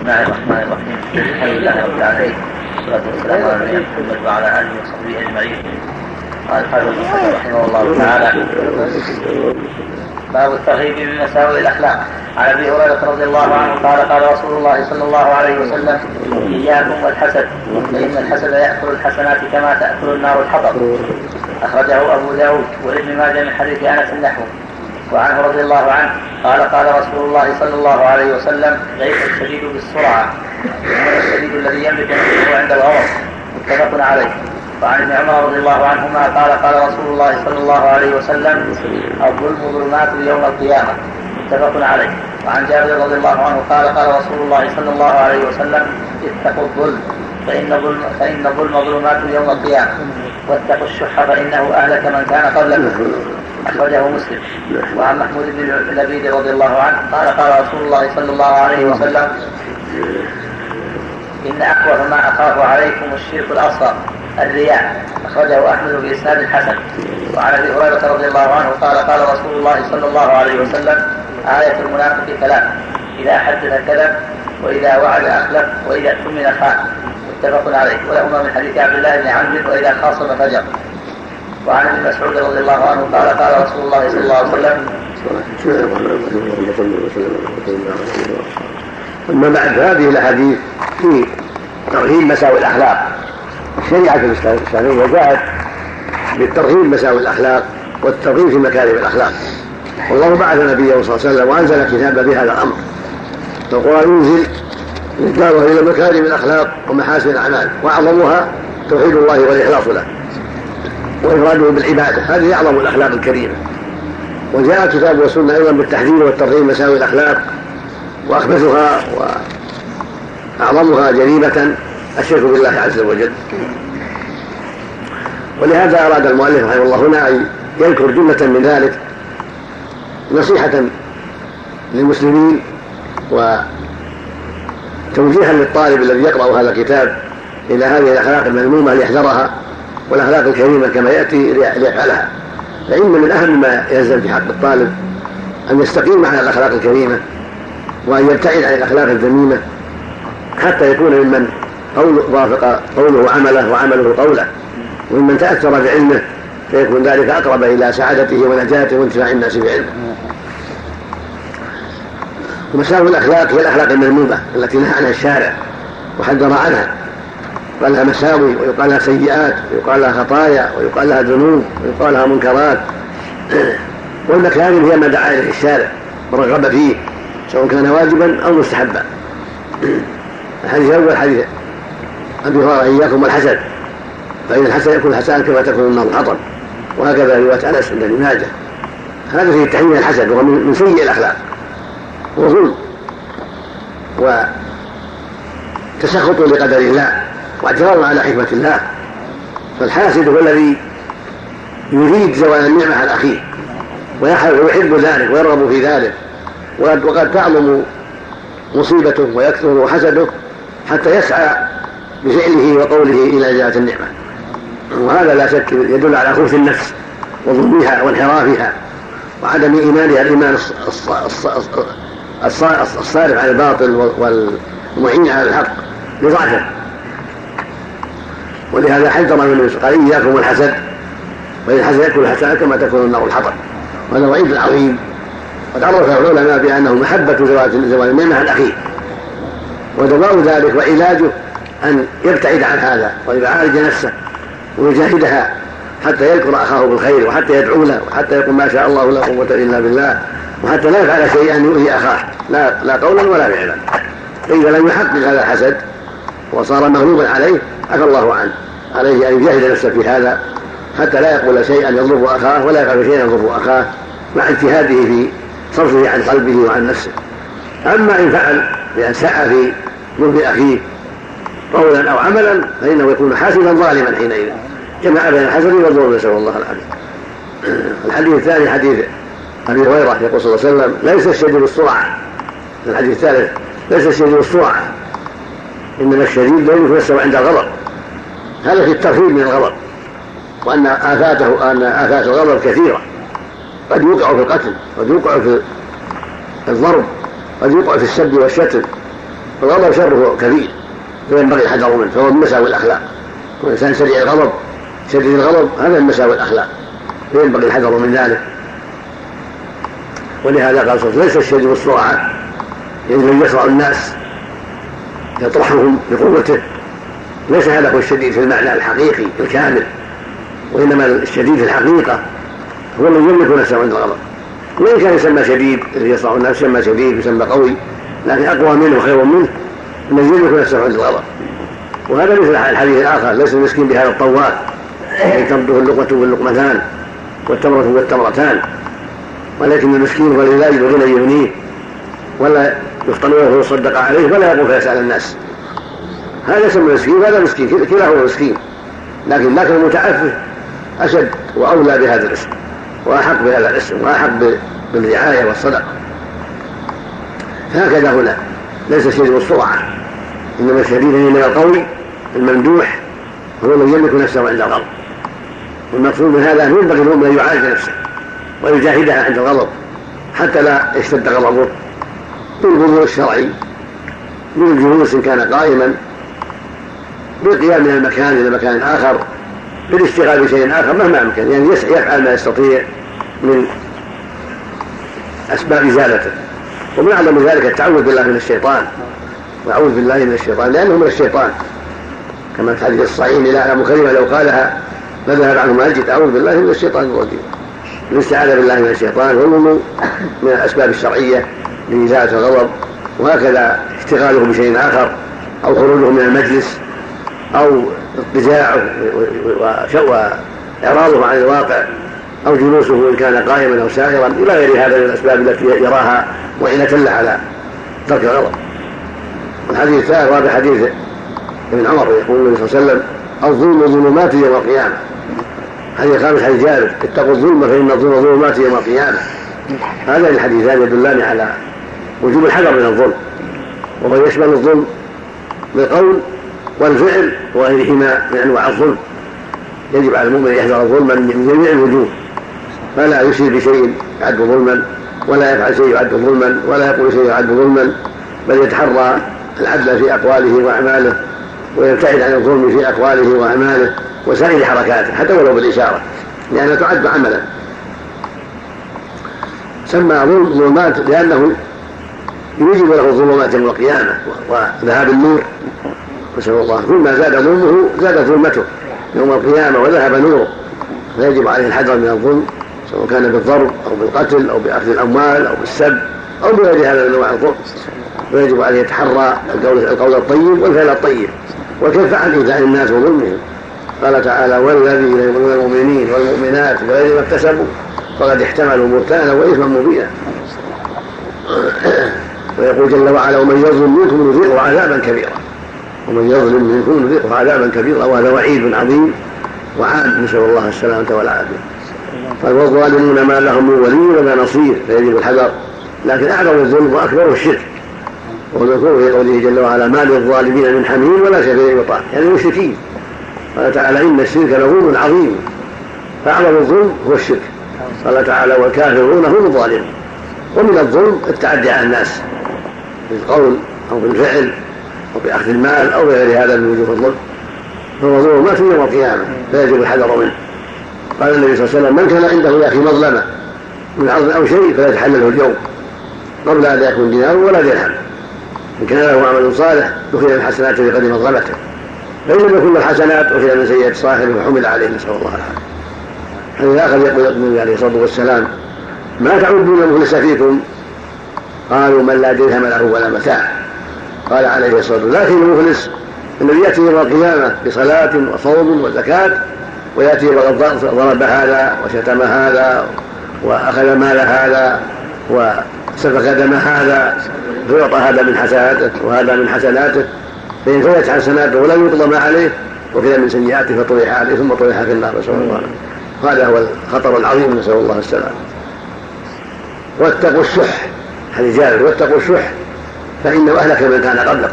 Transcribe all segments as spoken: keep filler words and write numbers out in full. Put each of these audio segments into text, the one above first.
الله الرحمن الرحيم. الحمد لله رب العالمين، والصلاة والسلام على نبينا محمد وعلى آله وصحبه أجمعين. قال الحافظ رحمه الله تعالى: باب الترغيب من مساوئ الأخلاق. عن أبي هريرة رضي الله عنه قال: قال رسول الله صلى الله عليه وسلم: إياكم والحسد، فإن الحسد يأكل الحسنات كما تأكل النار الحطب. أخرجه أبو داود وابن ماجه من حديث أنس نحوه. وعنه رضي الله عنه قال: قال رسول الله صلى الله عليه وسلم: ليس الشديد بالسرعة، إنما الشديد الذي يملك نفسه عند الغضب. متفق عليه. وعن ابن عمر رضي الله عنهما قال: قال رسول الله صلى الله عليه وسلم: الظلم ظلمات يوم القيامة. متفق عليه. وعن جابر رضي الله عنه قال: قال رسول الله صلى الله عليه وسلم: اتقوا الظلم فإن الظلم فإن الظلم ظلمات يوم القيامة، واتقوا الشح فإنه أهلك من كان قبلكم. أخرجه مسلم. وعن محمود بن لبيد رضي الله عنه قال: قال رسول الله صلى الله عليه وسلم: إن أخوف ما أخاف عليكم الشرك الأصغر الرياء. أخرجه أحمد بإسناد حسن. وعن أبي هريرة رضي الله عنه قال: قال رسول الله صلى الله عليه وسلم: آية المنافق ثلاث: إذا حدث كذب، وإذا وعد أخلف، وإذا اؤتمن خان. متفق عليه. ولهما من حديث عبد الله بن عمرو: وإذا خاصم فجر. وعن ابن مسعود رضي الله عنه قال: قال رسول الله صلى الله عليه وسلم: أما بعد، هذه الأحاديث في ترهيب مساوئ الأخلاق. الشريعة الإسلامية جاءت بالترهيب مساوئ الأخلاق والترغيب في مكارم الأخلاق. والله بعث نبيه صلى الله عليه وسلم وأنزل كتابا بهذا الأمر. فالقرآن ينزل إرشاده إلى مكارم الأخلاق ومحاسن الأعمال، وأعظمها توحيد الله والإخلاص له وإفراده بالعبادة. هذه أعظم الأخلاق الكريمة. وجاء الكتاب والسنة أيضا بالتحذير والترغيب مساوئ الأخلاق، وأخبثها وأعظمها جريمة الشرك بالله عز وجل. ولهذا أراد المؤلف رحمه الله هنا أن يذكر جملة من ذلك نصيحة للمسلمين وتوجيها للطالب الذي يقرأ هذا الكتاب إلى هذه الأخلاق المذمومة ليحذرها، والأخلاق الكريمة كما يأتي ليفعلها. فإن من أهم ما يلزم في حق الطالب أن يستقيم على الأخلاق الكريمة، وأن يبتعد عن الأخلاق الذميمة، حتى يكون ممن وافق قوله عمله وعمله قوله، وممن تأثر بعلمه، فيكون ذلك أقرب إلى سعادته ونجاته وانتفاع الناس بعلمه. ومساوئ الأخلاق هي الأخلاق المذمومة التي نهى عنها الشارع وحذر عنها. يقال لها مساوي، ويقال لها سيئات، ويقال لها خطايا، ويقال لها ذنوب، ويقال لها منكرات. والمكارم هي ما دعا إليه الشارع ورغب فيه، سواء كان واجبا أو مستحبا. الحديث الأول حديث أبي هريرة: إياكم والحسد، فإن الحسد يكون الحسنات كما تكون النار الحطب. وهكذا رواية أنس عند ابن ماجه. هذا فيه تحريم الحسد، وهو من سيء الأخلاق وظلم وتسخط لقدر الله واعتراض على حكمة الله. فالحاسد هو الذي يريد زوال النعمة على أخيه ويحب ذلك ويرغب في ذلك، وقد تعظم مصيبته ويكثر حسده حتى يسعى بفعله وقوله إلى إزالة النعمة. وهذا لا شك يدل على خبث النفس وظلمها وانحرافها وعدم إيمانها الإيمان الصارف على الباطل والمعين على الحق لضعفه. ولهذا حذر النبي قال: إياكم والحسد، فإن الحسد يأكل الحسنات كما تكون النار الحطب. وهذا وعيد عظيم. قد عرف العلماء بأنه محبة زوال النعمة عن أخيه، ودواء ذلك وعلاجه أن يبتعد عن هذا ويعالج نفسه ويجاهدها حتى يذكر أخاه بالخير، وحتى يدعو له، وحتى يقول ما شاء الله لا قوة إلا بالله، وحتى لا يفعل شيئا يؤذي أخاه لا, لا قولا ولا فعلا. فإذا لم يحقق هذا الحسد وصار مغلوبا عليه عفى الله عنه. عليه أن يجاهد نفسه في هذا حتى لا يقول شيئا يضر أخاه ولا يفعل شيئا يضر أخاه، مع اجتهاده في صرفه عن قلبه وعن نفسه. أما إن فعل بأن سعى في ضر أخيه قولا أو عملا فإنه يكون حاسدا ظالما حينئذ، جمع بين الحسد والظلم، نسأل الله العافية. الحديث الثاني حديث أبي هريرة يقول صلى الله عليه وسلم: ليس الشديد بالسرعة. الحديث الثالث: ليس الشديد بالسرعة، إنما الشديد الذي يتوسع عند الغضب. هذا في الترهيب من الغضب، وأن آفاته أن آفات الغضب كثيرة، قد يوقع في القتل، قد يوقع في الضرب، قد يوقع في السب والشتم، الغضب شره كثير فينبغي الحذر منه، فهو من مساوي الأخلاق. والإنسان سريع الغضب شديد الغضب هذا من مساوي الأخلاق، فينبغي الحذر من ذلك. ولهذا قال صلى الله عليه وسلم: ليس الشديد بالسرعة، يعني من يسرع الناس يطرحهم بقوته، ليس هذا هو الشديد في المعنى الحقيقي الكامل، وإنما الشديد في الحقيقة هو الذي يملك نفسه عند الغضب. وإن كان يسمى شديد الذي يسرع الناس يسمى شديد ويسمى قوي، لكن أقوى منه وخير منه الذي يملك نفسه عند الغضب. وهذا مثل الحديث الآخر: ليس المسكين بهذا الطواف الذي تمده اللقمة واللقمتان والتمرة والتمرتان، ولكن المسكين هو الذي لا يجد غنى يغنيه ولا يفطن وهو يصدق عليه ولا يقوم فيسأل الناس. هذا يسمى مسكين وهذا مسكين، كلا هو مسكين، لكن لكن المتعفف أشد وأولى بهذا الاسم وأحق بهذا الاسم وأحق بالرعاية والصدقة. هكذا هنا ليس الشديد بالسرعة، إنما الشديد من القوي الممدوح هو الذي يملك نفسه عند الغضب. والمقصود من هذا أن ينبغي المؤمن أن يعالج نفسه ويجاهدها عند الغضب حتى لا يشتد غضبه بالحضور الشرعي، بالجلوس إن كان قائما، بالقيام من المكان إلى مكان آخر، بالاشتغال بشيء آخر مهما أمكن، يعني يفعل ما يستطيع من أسباب إزالته. ومن أعلم ذلك التعوذ بالله من الشيطان، وأعوذ بالله من الشيطان لأنه من الشيطان، كما في حديث الصحيح: لا أعلم كلمة لو قالها فذهب عنه ما أجد. أعوذ بالله من الشيطان الرجيم. الاستعاذة بالله من الشيطان هو من الأسباب الشرعية لإزالة الغضب، وهكذا اشتغاله بشيء آخر أو خروجه من المجلس أو اضطجاعه وإعراضه عن الواقع أو جلوسه إن كان قائما أو سائرا إلى غير هذا من الأسباب التي يراها وعلة له على ترك الغضب. والحديث الثالث رابع حديث ابن عمر يقول النبي صلى الله عليه وسلم: الظلم ظلمات يوم القيامة. حديث خامس حديث جابر: اتقوا الظلم فإن الظلم ظلمات يوم القيامة. هذان الحديثان يدلان على وجوب الحذر من الظلم، وهو يشمل الظلم بالقول والفعل وغيرهما من أنواع الظلم. يجب على المؤمن يحذر الظلم من جميع الوجوه، فلا يشير بشيء يعد ظلما، ولا يفعل شيء يعد ظلما، ولا يقول شيء يعد ظلما، بل يتحرى العدل في أقواله وأعماله، ويبتعد عن الظلم في أقواله وأعماله وسائر حركاته حتى ولو بالإشارة، لأنها تعد عملا. سمى ظلمات لأنه يوجب له الظلمات يوم القيامة وذهاب النور، نسأل الله. كلما زاد ظلمه زادت ظلمته يوم القيامة وذهب نوره، فيجب عليه الحذر من الظلم، سواء كان بالضرب أو بالقتل أو بأخذ الأموال أو بالسب أو بغير هذا من أنواع الظلم. ويجب عليه يتحرى القول الطيب والفعل الطيب والكف عن إيذاء الناس وظلمهم. قال تعالى: والذين يؤمنون المؤمنين والمؤمنات بغير ما اكتسبوا فقد احتملوا بهتانا وإثما مبينا. ويقول جل وعلا: ومن يظلم منكم نذيقه عذابا كبيرا. ومن يظلم منكم نذيقه عذابا كبيرا، وهذا وعيد عظيم وعام، نسأل الله السلامة والعافية. قال: والظالمون ما لهم من ولي ولا نصير، فيجب الحذر. لكن أعظم الظلم وأكبر الشرك، وذكره في قوله جل وعلا: ما للظالمين من حميم ولا شفيع يطاع، يعني المشركين. قال تعالى: إن الشرك لظلم عظيم، فأعظم الظلم هو الشرك. قال تعالى: والكافرون هم الظالمون. ومن الظلم التعدي على الناس بالقول أو بالفعل أو بأخذ المال أو بغير هذا من وجوه الظلم، فهو ظلمات يوم القيامة فيجب الحذر منه. قال النبي صلى الله عليه وسلم: من كان عنده يا أخي مظلمة من عرض أو شيء فلا يتحلله اليوم قبل أن يكون دينار ولا درهم. إن كان له عمل صالح أخذ من حسناته بقدر مظلمته، فإن لم يكن له حسنات أخذ من سيئات صاحبه وحمل عليه، نسأل الله العافية. حديث آخر يقول النبي عليه الصلاة والسلام: ما تعدون المفلس فيكم؟ قالوا: من لا درهم له ولا متاع. قال عليه الصلاة والسلام: لكن المفلس الذي يأتي يوم القيامة بصلاة وصوم وزكاة، ويأتي وقد ضرب هذا وشتم هذا وأخذ مال هذا وسفك دم هذا، فيعطى هذا من حسناته وهذا من حسناته، فإن فيت حسناته ولا يقضى ما عليه وكذا من سيئاته فطرح عليه ثم طرح في النار، نسأل الله. هذا هو الخطر العظيم، نسأل الله السلام. واتقوا الشح، حديث جابر: واتقوا الشح فإنه أهلك من كان قبلكم.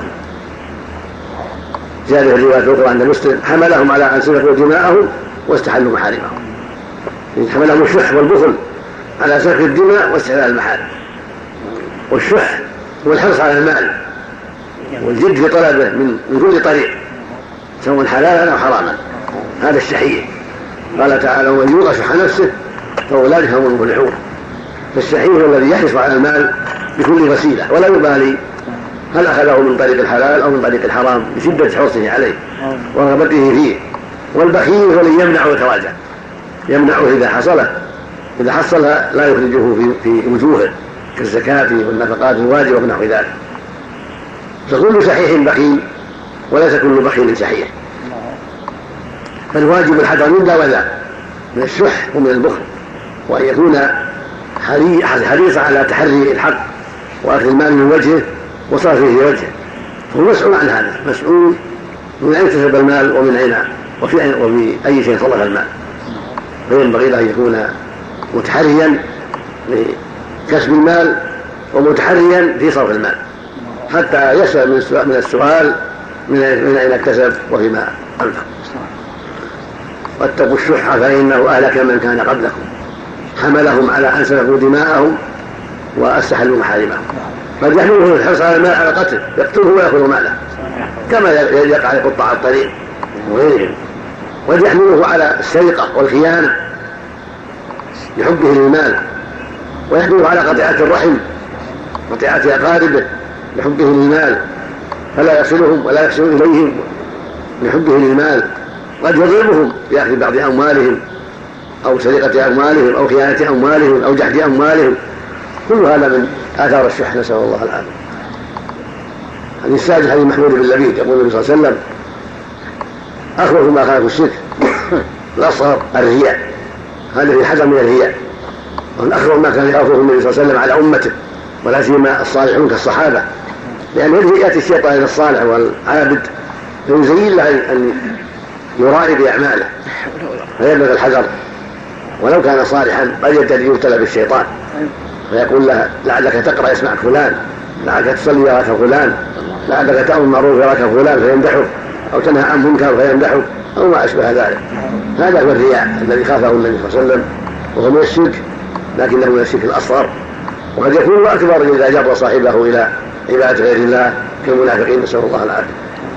زاد في الرواية الأخرى عند مسلم: حملهم على أن سفكوا دماءهم واستحلوا محارمهم. حملهم الشح والبخل على سفك الدماء واستحلال المحارم. والشح هو الحرص على المال والجد في طلبه من من كل طريق سواء حلالا أو حراما. هذا الشحيح. قال تعالى: ومن يوق شح نفسه فأولئك هم المفلحون. فالشحيح هو الذي يحرص على المال بكل وسيلة ولا يبالي هل أخذه من طريق الحلال أو من طريق الحرام بشدة حرصه عليه ورغبته فيه. والبخيل هو الذي يمنع ويتراجع، يمنعه إذا حصله، إذا حصلها لا يخرجه في, في وجوهه كالزكاة والنفقات الواجبة ونحو ذلك. فكل شحيح بخيل وليس كل بخيل شحيح. فالواجب الحذر من ذا وذا، من الشح ومن البخل، وأن يكون حريصا على تحري الحق وأخذ المال من وجهه وصرفه في وجهه. فهو مسؤول عن هذا، مسؤول من أين اكتسب المال ومن أين وفي, وفي أي شيء صرف المال. فينبغي له أن يكون متحريا لكسب المال ومتحريا في صرف المال حتى يسأل من السؤال من أين اكتسب وفيما أنفق. واتقوا الشح فإنه أهلك من كان قبلكم حملهم على أن سفكوا دماءهم واستحلوا محارمهم. قد يحمله الحرص على المال على قتل، يقتله ويأخذ ماله كما يقع لقطاع الطريق وغيرهم. قد يحمله على السرقة والخيانة لحبه للمال، ويحمله على قطيعة الرحم، قطيعة أقاربه لحبه للمال فلا يصلهم ولا يحسن إليهم لحبه للمال. قد يضربهم بأخذ بعض أموالهم أو سرقة أموالهم أو خيانة أموالهم أو جحد أموالهم. كل هذا من آثار الشح، نسأل الله العافية. حديث السادس حديث محمود بن لبيد يقول النبي صلى الله عليه وسلم: أخوف ما خالف الشرك الأصغر الرياء. هذا في حذر من الرياء، والأخوف ما كان يخوفه النبي صلى الله عليه وسلم على أمته ولا سيما الصالحون كالصحابة، لأن يأتي الشيطان إلى الصالح والعابد فيزين له أن يرائي بأعماله فيبلغ الحذر ولو كان صالحا قد يبتلى بالشيطان فيقول له: لعلك تقرأ يسمعك فلان، لعلك تصلي يراك فلان، لعلك تأمر بالمعروف يراك فلان فيمدحه، أو تنهى عن منكر فيمدحه، أو ما أشبه ذلك. هذا هو الرياء الذي خافه النبي صلى الله عليه وسلم، وهو من الشرك لكنه من الشرك الأصغر، وقد يكون أكبر إذا جر صاحبه إلى عبادة غير الله كالمنافقين، نسأل الله العافية.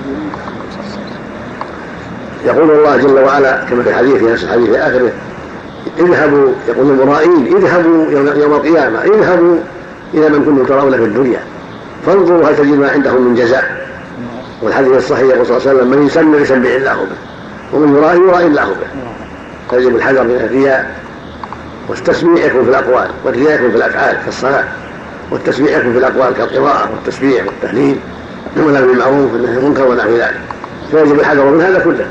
يقول الله جل وعلا كما في الحديث في نفس الحديث في آخره: اذهبوا، يقول المرائين: اذهبوا يوم القيامة، اذهبوا إلى من كنتم ترون في الدنيا فانظروا هل تجد ما عندهم من جزاء. والحديث الصحيح يقول صلى الله عليه وسلم: من يسمع يسمع الله به، ومن يرائي يرائي الله به. فيجب الحذر من الرياء، والتسميع يكون في الأقوال، والرياء يكون في الأفعال كالصلاة، والتسميع يكون في الأقوال كالقراءة والتسبيح والتهليل والأمر بالمعروف والنهي عن المنكر ونحو ذلك. فيجب الحذر من هذا كله.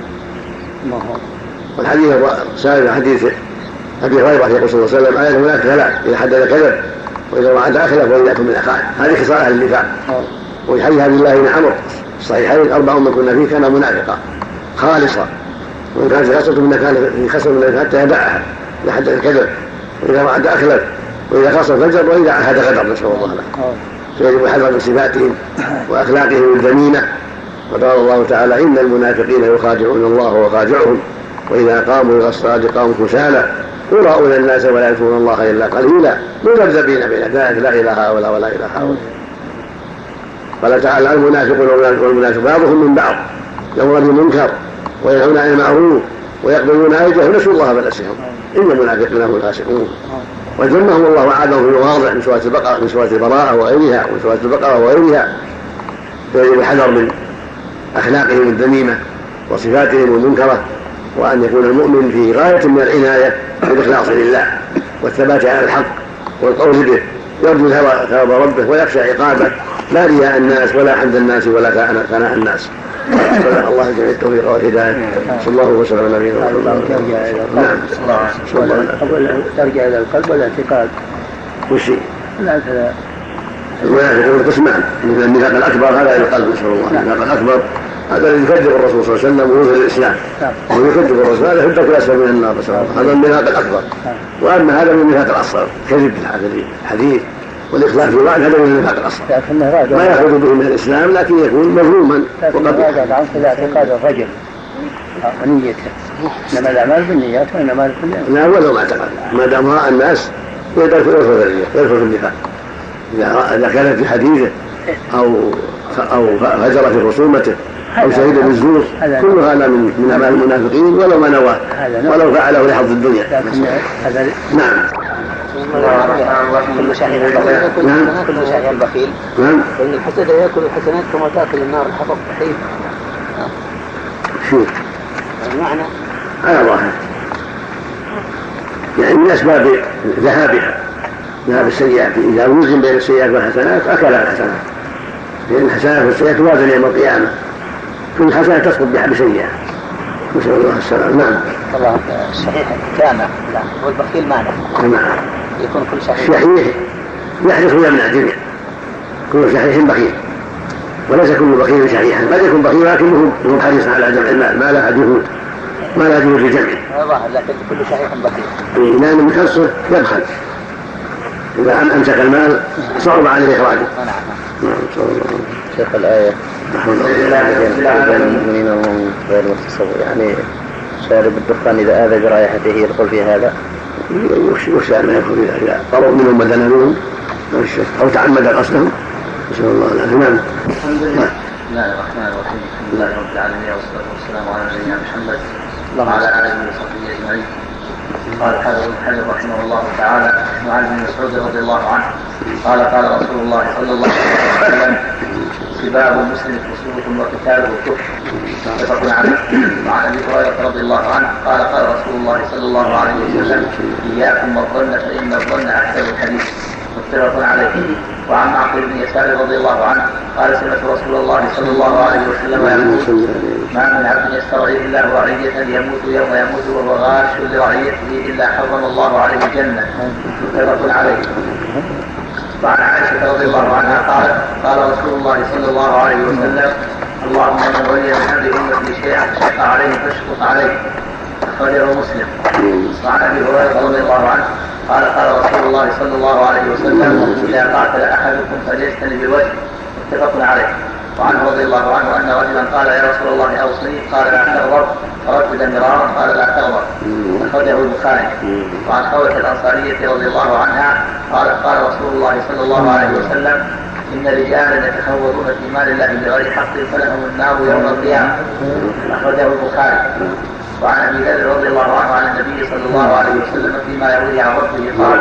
والحديث السابق حديث أبي هريرة يقول صلى الله عليه وسلم: آية هناك ثلاث: إذا حدث كذب، وإذا وعد أخلف، وإذا يكن من أخاه. هذه خصال أهل النفاق. وفي حديث عبد الله بن عمرو الصحيحين: أربع من كنا فيه كان منافقا خالصا، وإن كانت في خصلة من كان في خصلة من حتى يدعها، إذا حدث الكذب، وإذا وعد أخلف، وإذا خاص فجر، وإذا عهد غدر، نسأل الله له. فيجب الحذر من صفاتهم وأخلاقهم الذميمة. وقال الله تعالى: إن المنافقين يخادعون الله وخادعهم وإذا قاموا إلى الصلاة قاموا كسالى يراءون الناس ولا يذكرون الله إلا قليلا مذبذبين بين ذلك لا إله هؤلاء ولا إله هؤلاء. قال تعالى: المنافقون والمنافق بعضهم من بعض يأمرون بالمنكر وينهون عن المعروف ويقبلون أيديهم، نسوا الله فنسيهم إن المنافقين هم الفاسقون. وذمهم الله وعادهم في مواضع من سورة البقرة، من سورة البراءة وغيرها، ومن سورة البقرة وغيرها. فيجب الحذر من أخلاقهم الذميمة وصفاتهم المنكرة، وأن يكون المؤمن في غاية من العناية بالإخلاص لله والثبات على الحق والقول به، يرجو ثواب ربه ويخشى عقابه، لا رياء الناس ولا حمد الناس ولا ثناء الناس. الله جميع التوفيق والهداية. صلى الله وسلم على نبينا محمد. نعم. ترجع إلى القلب والاعتقاد. وش لا المنافقون قسمان: من النفاق الأكبر هذا إلى القلب، نسأل الله. النفاق الأكبر هذا الذي يكذب الرسول صلى الله عليه وسلم ويظهر الإسلام، ويكذب الرسول هذا يهدك الأسفل من النار، نسأل الله. هذا النفاق الأكبر. وأما هذا من النفاق الأصغر، كذب الحديث والإخلاف في الوعد، هذا من النفاق الأصغر ما يأخذ به من الإسلام، لكن يكون مظلوما وقد راجع عن اعتقاد الرجل ونيته، إنما الأعمال بالنيات وإنما الكل. لا ولو ما اعتقد، ما دام رأى الناس يدخل في الرياء، يدخل في النفاق. إذا كان في حديثه أو أو هجر في خصومته أو شهد بالزور، كل هذا من من أعمال المنافقين ولو ما نواه ولو فعله لحظ الدنيا. نعم. كل شيء نعم. كل شيء بخيل. نعم. فإن الحسد يأكل الحسنات كما تأكل النار الحطب بحيث. شو؟ المعنى على ظاهر يعني من أسباب ذهابها ذهاب السيئات. إذا وزن بين السيئات والحسنات أكلها الحسنات، لأن الحسنات والسيئات توازن يوم القيامة، كل حسنة تسقط بسيئة. نسأل الله السلامة. نعم. الله الصحيح كامل لا والبخيل معنى. نعم. يكون كل شحيح. شحيح يحرص ويمنع جميع، كل شحيح بخيل، وليس كل بخيل شحيحا، قد يكون بخيل لكنه هو حريص على جمع المال، ما له جهود ما له جهود في جمعه. ظاهر لكن كل شحيح بخيل. لأن المكسر يبخل، إذا أمسك المال صعب عليه إخراجه. نعم. شيخ الآية بين المؤمنين وهم غير متصور، يعني شارب الدخان إذا آذى برائحته يدخل في هذا؟ يخشى ما يدخل في هذا، قرب منهم بدنا منهم أو تعمد قصدهم. نسأل الله العافية. نعم. الحمد لله. بسم الله الرحمن الرحيم. الحمد لله رب العالمين والصلاة والسلام على نبينا محمد وعلى آله وصحبه أجمعين. قال الحافظ ابن حجر رحمه الله تعالى وعن ابن مسعود رضي الله عنه قال قال رسول الله صلى الله عليه وسلم سباب المسلم فسوق وقتاله كفر متفق عليه. وعن ابي هريره رضي الله عنه قال قال رسول الله صلى الله عليه وسلم اياكم والظن فان الظن اكثر الحديث متفق عليه. وعن معقل بن يسار رضي الله عنه قال سمعت رسول الله صلى الله عليه وسلم يقول ما من عبد يسترعيه الله رعية يموت يوم يموت وهو غاش لرعيته إلا حرم الله عليه الجنة متفق عليه. وعن عائشة رضي الله عنها قالت قال رسول الله صلى الله عليه وسلم اللهم من ولي من أمر أمتي شيئا شق عليه فاشفق عليه أخرجه مسلم. وعن أبي هريرة رضي الله عنه قال قال رسول الله صلى الله عليه وسلم إذا قاتل أحدكم فليستن بوجهه متفق عليه. وعنه رضي الله عنه أن رجلا قال يا رسول الله أوصني قال لا تغضب فردد مرارا قال لا تغضب أخرجه البخاري. وعن خولة الأنصارية رضي الله عنها قال قال رسول الله صلى الله عليه وسلم إن رجالا يتخوضون في مال الله بغير حق فلهم النار يوم القيامة أخرجه البخاري. وعن ابي ذر رضي الله عنه عن النبي صلى الله عليه وسلم فيما يروي عن ربه قال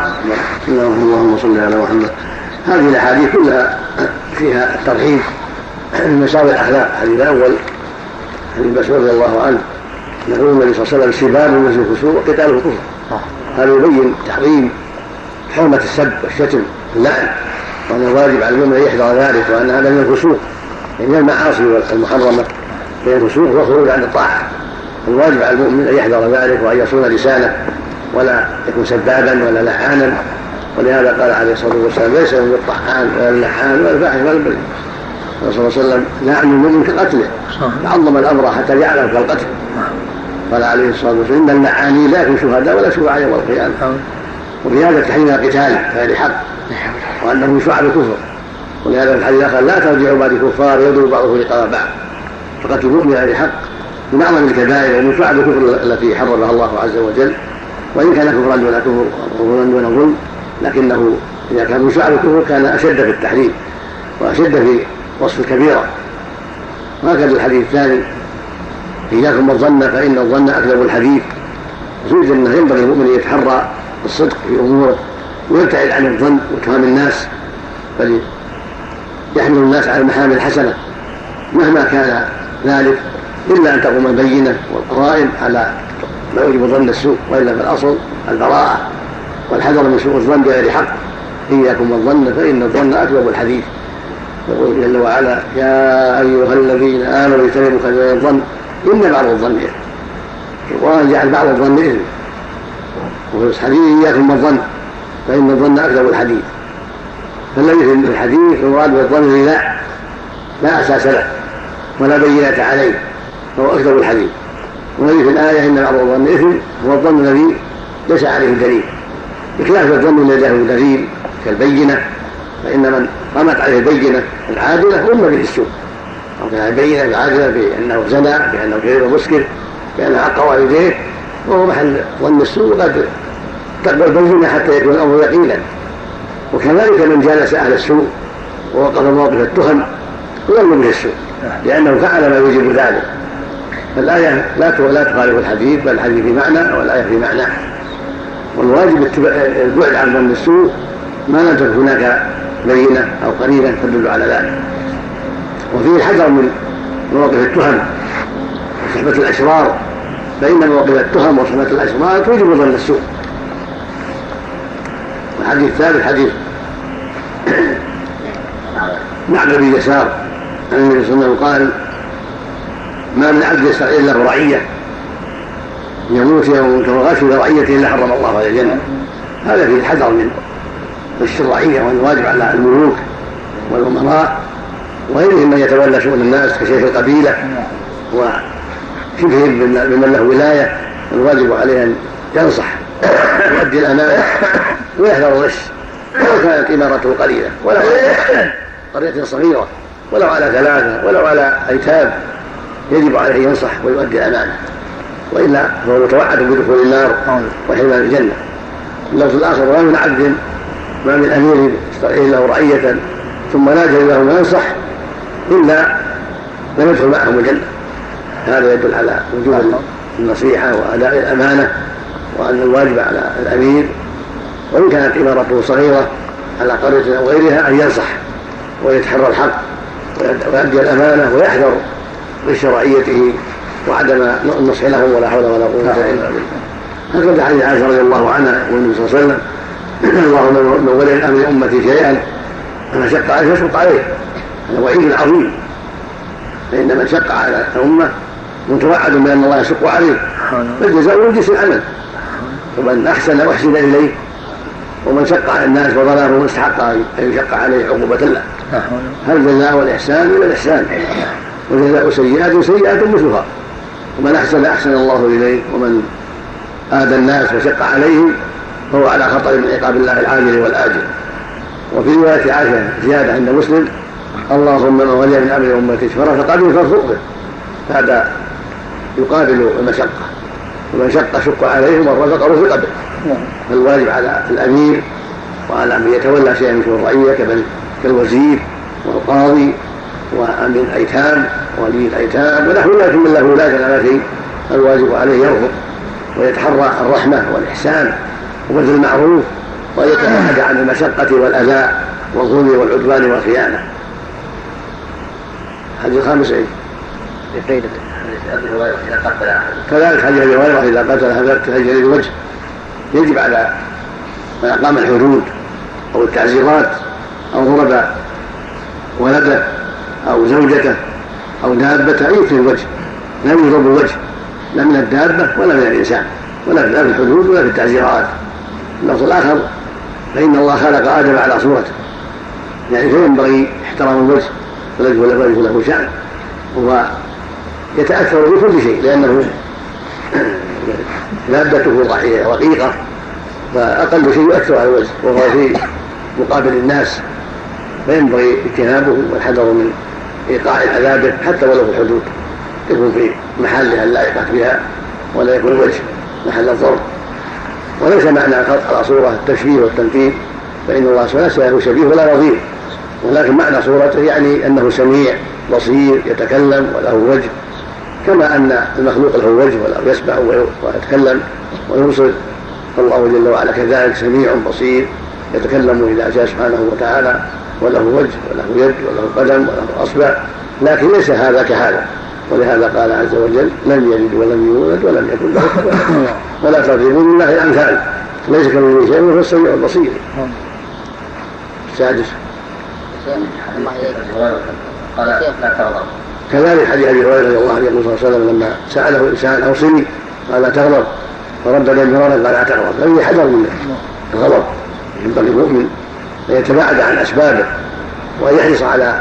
اللهم صل على محمد. هذه الاحاديث كلها فيها الترحيب من مساوي الاخلاق. الحديث الاول حديث مسعود رضي الله عنه يقول النبي صلى الله عليه وسلم سباب المسلم فسوق وقتاله كفر. هذا يبين تحريم حرمه السب والشتم واللعن، وان الواجب على المؤمن ان يحذر ذلك، وان هذا من الفسوق من المعاصي المحرمه، من الفسوق والخروج عن الطاعه. الواجب على المؤمن أن يحذر ذلك وأن يصون لسانه ولا يكون سبابا ولا لعانا. ولهذا قال عليه الصلاة والسلام ليس من الطعان ولا اللعان ولا الفاحش ولا البذيء. صلى الله عليه وسلم لعن المؤمن كقتله، عظم الأمر حتى جعله كالقتل. قال عليه الصلاة والسلام إن اللعانين لا يكون شهداء ولا شفعاء يوم القيامة. وفي هذا تحريم القتال فهذا حق، وأنه شعب الكفر. ولهذا في الحديث الآخر لا ترجعوا بعد كفار يضرب بعضه رقاب بعض. فقتل المؤمن هذا حق من أعظم الكبائر ومن شعب الكفر التي حرمها الله عز وجل، وإن كان كفرا دون كفر وظلما دون ظلم، لكنه إذا كان من شعب الكفر كان أشد في التحريم وأشد في وصف الكبيرة. وهكذا الحديث الثاني إياكم والظن فإن الظن أكذب الحديث. زوج أنه ينبغي المؤمن أن يتحرى الصدق في أموره ويبتعد عن الظن واتهام الناس، بل يحمل الناس على المحامل الحسنة مهما كان ذلك، إلا أن تقوم البينة والقرائن على ما يوجب ظن السوء، وإلا في الأصل البراءة والحذر من سوء الظن بغير حق. إياكم والظن فإن الظن أكذب الحديث. يقول جل وعلا يا أيها الذين آمنوا اجتنبوا كثيرا من الظن إن بعض الظن إثم. القرآن جعل بعض الظن إثم، وفي الحديث إياكم والظن فإن الظن أكذب الحديث. فالذي في الحديث المراد بالظن لا لا أساس له ولا بينة عليه فهو أكذب الحديث. والذي في الآية إن بعض الظن إثم هو الظن الذي ليس عليه دليل، بخلاف الظن الذي له دليل كالبينة، فإن من قامت عليه البينة العادلة هم به السوء، أو كان البينة العادلة بأنه زنى، بأنه كذب مسكر، بأنه عق والديه، وهو محل ظن السوء قد تقبل بينة حتى يكون الأمر يقينا. وكذلك من جالس أهل السوء ووقف موقف التهم يظن به السوء لأنه فعل ما يوجب ذلك. فالآية لا لا تخالف الحديث، بل الحديث في معنى والآية في معنى. والواجب البعد عن ظن السوء ما لم تكن هناك بينة أو قرينة تدل على ذلك. وفيه الحذر من مواقف التهم وصحبة الأشرار، فإن مواقف التهم وصحبة الأشرار توجب ظن السوء. والحديث الثالث حديث معقل بن يسار عن النبي صلى الله عليه وسلم قال: ما من عبد يستطيع له رعية يموت يوم كالغاش برعيته إلا حرم الله عليه الجنة. هذا فيه الحذر من غش الرعية، والواجب على الملوك والأمراء وغيرهم من يتولى شؤون الناس كشيخ القبيلة وشبههم بمن له ولاية، الواجب عليه أن ينصح ويؤدي الأمانة ويحذر الغش ولو كانت إمارته قليلة، ولو على قرية صغيرة، ولو على ثلاثة، ولو على أيتام، يجب عليه ينصح ويؤدي الأمانة، وإلا فهو متوعد بدخول النار وحرمان الجنة. اللفظ الآخر: ما من عبد ما من أمير يستطيع له رعية ثم لا يجد له ما ينصح إلا لم يدخل معهم الجنة. هذا يدل على وجوب النصيحة وأداء الأمانة، وأن الواجب على الأمير وإن كانت إمارته صغيرة على قرية أو غيرها أن ينصح ويتحرى الحق ويؤدي الأمانة ويحذر غش رعيته وعدم النصح لهم، ولا حول ولا قوة إلا بالله. هكذا حديث عائشة رضي الله عنها والنبي صلى الله عليه وسلم: اللهم من ولي الأمر أمتي شيئا فما شق عليه فاشق عليه. هذا وعيد عظيم، فإن من شق على الأمة متوعد بأن الله يشق عليه، فالجزاء من جنس العمل، ومن أحسن وأحسن إليه، ومن شق على الناس وظلمهم استحق أن يشق عليه عقوبة الله. هل الجزاء والإحسان إلا الإحسان، وجزاء سيئات سيئات مثلها، ومن أحسن أحسن الله إليه، ومن آذى الناس وشق عليهم فهو على خطر من عقاب الله العاجل والآجل. وفي رواية عائشة زيادة عند مسلم: اللهم من ولي من أمر أمتي فرفق به فارفق به. هذا يقابل المشقة، ومن شق شق عليه ومن رفق رفق به. فالواجب على الأمير وعلى من يتولى شيئا من الرعية كالوزير والقاضي وأمين الأيتام وولي الأيتام ونحو ذلك من له ولاية على شيء، الواجب عليه يرفق ويتحرى الرحمة والإحسان وبذل المعروف، ويتباعد عن المشقة والأذى والظلم والعدوان والخيانة. حديث الخامس ايه؟ كذلك حديث ابي هريره: اذا قتل فجر الوجه. يجب على من اقام الحدود او التعزيرات او ضرب ولده او زوجته او دابته ان يكفي الوجه، لا يضرب الوجه لا من الدابه ولا من الانسان، ولا في الحدود ولا في التعزيرات. اللفظ الاخر: فان الله خلق ادم على صورته، يعني فينبغي احترام الوجه والوجه له شأن، وهو يتأثر بكل شيء لأنه مادته رقيقة، فأقل شيء يؤثر على الوجه وهو في مقابل الناس، فينبغي اجتنابه والحذر من إيقاع العذاب حتى ولو في الحدود، يكون في محلها اللائقة بها ولا يكون الوجه محل الضرب. وليس معنى خلق على صورة التشبيه والتمثيل، فإن الله سبحانه له شبيه ولا نظير، ولكن معنى صورته يعني أنه سميع بصير يتكلم وله وجه، كما أن المخلوق له وجه وله يسمع ويتكلم ويبصر، فالله جل وعلا كذلك سميع بصير يتكلم إذا شاء سبحانه وتعالى، وله وجه وله يد وله قدم وله أصبع، لكن ليس هذا كهذا. ولهذا قال عز وجل: لم يلد ولم يولد ولم يكن له كفوا أحد. ولا تضربوا لله الأمثال، ليس كمثله شيء وهو السميع البصير. السادس قال لا تغضب. كذلك حديث ابي هريره رضي الله عنه يقول صلى الله عليه وسلم: لما ساله انسان اوصني قال لا تغضب، فردد مرارا قال لا تغضب. الذي حذر من الغضب ينبغي المؤمن ان يتباعد عن اسبابه وان يحرص على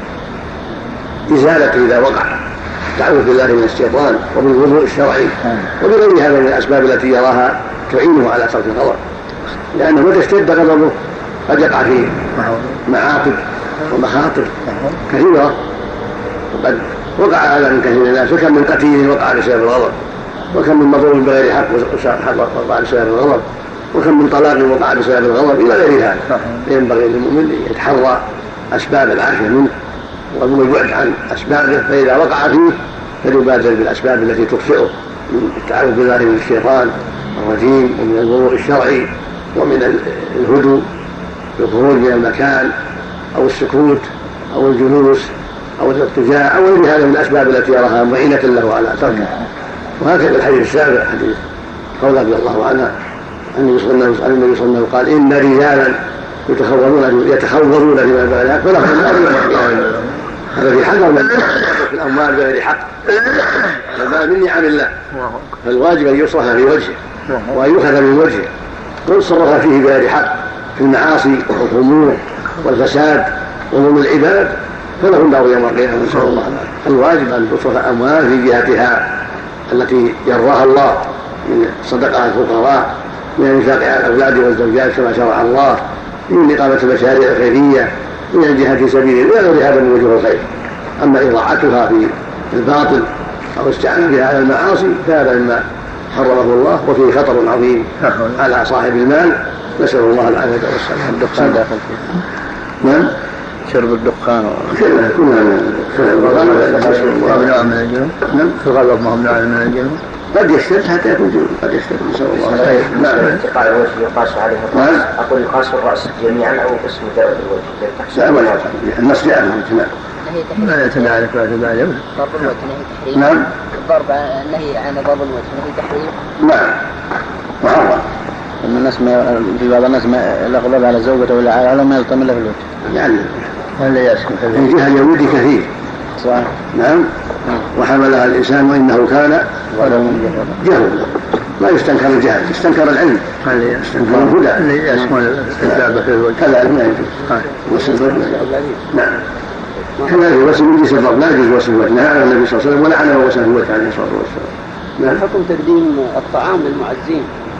ازالته اذا وقع، تعوذ بالله من الشيطان وبالوضوء الشرعي وبغير هذا من الاسباب التي يراها تعينه على ترك الغضب، لانه متى اشتد غضبه قد يقع فيه معاقب ومخاطر كثيرة، وقد وقع هذا من كثير من الناس، وكم من قتيل وقع بسبب الغضب، وكم من مظلوم بغير حق وقع بسبب الغضب، وكم من طلاق وقع بسبب الغضب إلى غير هذا. ينبغي للمؤمن يتحرى أسباب العافية منه والبعد عن أسبابه، فإذا وقع فيه فليبادر بالأسباب التي تطفئه من التعوذ بالله من الشيطان الرجيم ومن الوضوء الشرعي ومن الهدوء بالخروج من المكان أو السكوت أو الجلوس أو الاضطجاع أو غير هذا من الأسباب التي يراها معينة له على تركها. وهكذا الحديث السابع حديث قول رضي الله عنها النبي صلى الله عليه وسلم قال إن رجالا يتخوضون يتخوضون لما بلغ فلهم النار يوم القيامة. هذا في حذر من في الأموال بغير حق، هذا من نعم الله، فالواجب أن يصرف في وجهه وأن يؤخذ من وجهه، وإن صرف فيه بغير حق في المعاصي والخمور والفساد وظلم العباد فله النار يوم القيامة. نسأل الله العافية. الواجب أن تصرف أموال في جهتها التي يرضاها الله من صدقة الفقراء، من الإنفاق على الأولاد والزوجات كما شرع الله، من إقامة المشاريع الخيرية، من الجهاد في سبيل الله، غير هذا من وجوه الخير. أما إضاعتها في الباطل أو استعانة بها على المعاصي فهذا مما حرمه الله وفيه خطر عظيم على صاحب المال. نسأل الله العافية والسلامة. الدخان داخل فيه. نعم. شرب الدخان كلها كلها ممنوع من الجنوب. نعم. في الغالب ممنوع من الجنوب. قد يشتد حتى يكون جنوب، قد يشتد. نسأل الله العافية. نعم. قال الوجه يقاس عليه الرأس. أقول يقاس الرأس جميعا أو قسم دائرة الوجه. لا، النص جاء من الاجتماع. لا يتبع لك بعد ذلك. ضرب الوجه نهي تحريم. نعم. الضرب نهي عن ضرب الوجه نهي تحريم. نعم. محرم. أن الناس ما في بعض الناس ما الأغلب على زوجته ولا على ما يلطم له في الوجه. يعني هل يسكن في من جهة اليهود كثير. صح. نعم. وحملها الإنسان وإنه كان جهولا. لا يستنكر الجهل، يستنكر العلم، يستنكر الهدى. اللي يسكن الدابة في الوجه. هذا لا يجوز. وصل الضرب. نعم. كذلك وصل من جنس الضرب لا يجوز وصل الوجه. نهى النبي صلى الله عليه وسلم ولعنه وصل الوجه عليه الصلاة والسلام. نعم. حكم تقديم الطعام للمعزين.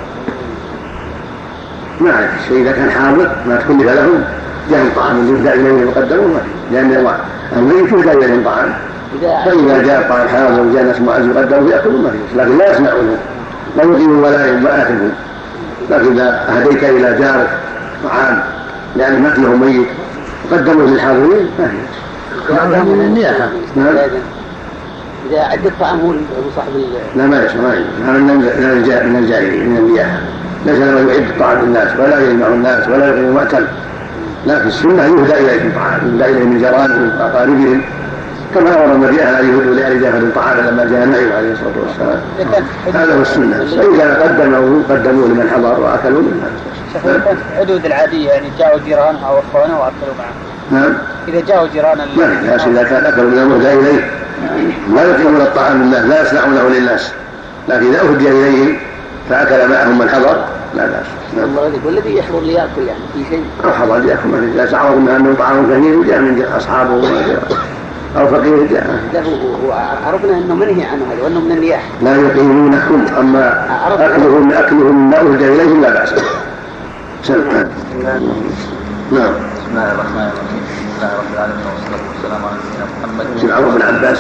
ما أعرف الشيء إذا كان حاضر ما تكلف لهم جاء الطعام يهدى إليهم يقدمون، لأن الميت يهدى إليهم طعام، فإذا جاء الطعام حاضر وجاء ناس معز يقدمون يأكلون ما فيه، لكن لا يسمعون لا يقيمون ولا يأكلون. لكن إذا أهديت إلى جارك طعام لأن مثله ميت قدموا للحاضرين ما فيه. هذا من النياحة. إذا عد الطعام هو صاحب لا ما يسمع ما يسمع. هذا من الجاهلين من النياحة، ليس له يعد الطعام للناس ولا يجمع الناس ولا يقيم المؤتل، لكن السنة يهدى إليهم طعام، يهدى إليهم من جيرانهم وأقاربهم كما أمر النبي أن يهدوا لأهل جافر طعاما لما جاء النبي عليه الصلاة والسلام. هذا هو السنة. فإذا قدموا قدموا لمن حضر وأكلوا منها. حدود العادية يعني جاءوا جيران أو أخوانه وأكلوا معه. نعم. إذا جاءوا جيران ما في بأس إذا كان أكلوا من المهدى إليه لا يقيمون الطعام لله لا يصنعونه للناس، لكن إذا أهدي إليهم فأكل معهم من حضر لا بأس. نعم. والذي يحضر ليأكل يعني في شيء أو حضر ليأكل ما في، لا تعرض منها أنه طعام كثير وجاء من أصحابه أو فقير جاء. لا هو عرفنا أنه منهي عنه هذا وأنه من النياح. لا يقيمونكم، أما أكلهم أكلهم ما أهدى إليهم لا بأس. سلام. نعم. بسم الله الرحمن الرحيم. الحمد لله رب العالمين والصلاة والسلام على نبينا محمد. سيد عمرو بن عباس.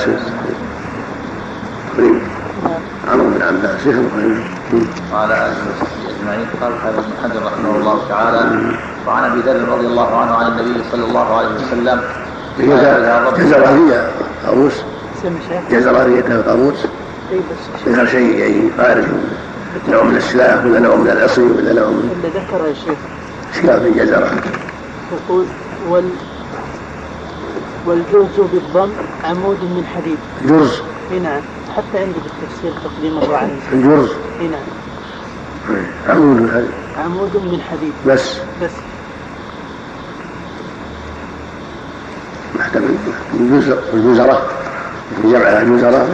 عمرو بن عباس شيخ البخاري. وعلى آله وصحبه أجمعين. قال الحافظ ابن حجر رحمه الله تعالى: وعن أبي ذر رضي الله عنه عن النبي صلى الله عليه وسلم جزرانية قاموس جزرانية قاموس غير شيء يعني خارج نوع من السلاح ولا نوع من العصي ولا نوع من اللي ذكر يا شيخ اشكال في الجزرة. يقول وال والجرز بالضم عمود من حديد. جرز. نعم. حتى عندي بالتفسير تقديم الله عليه الجرز. نعم. عمود من حديد. عمود من حديد. بس. بس. محتمل الجزر الجزرة في جمع الجزرة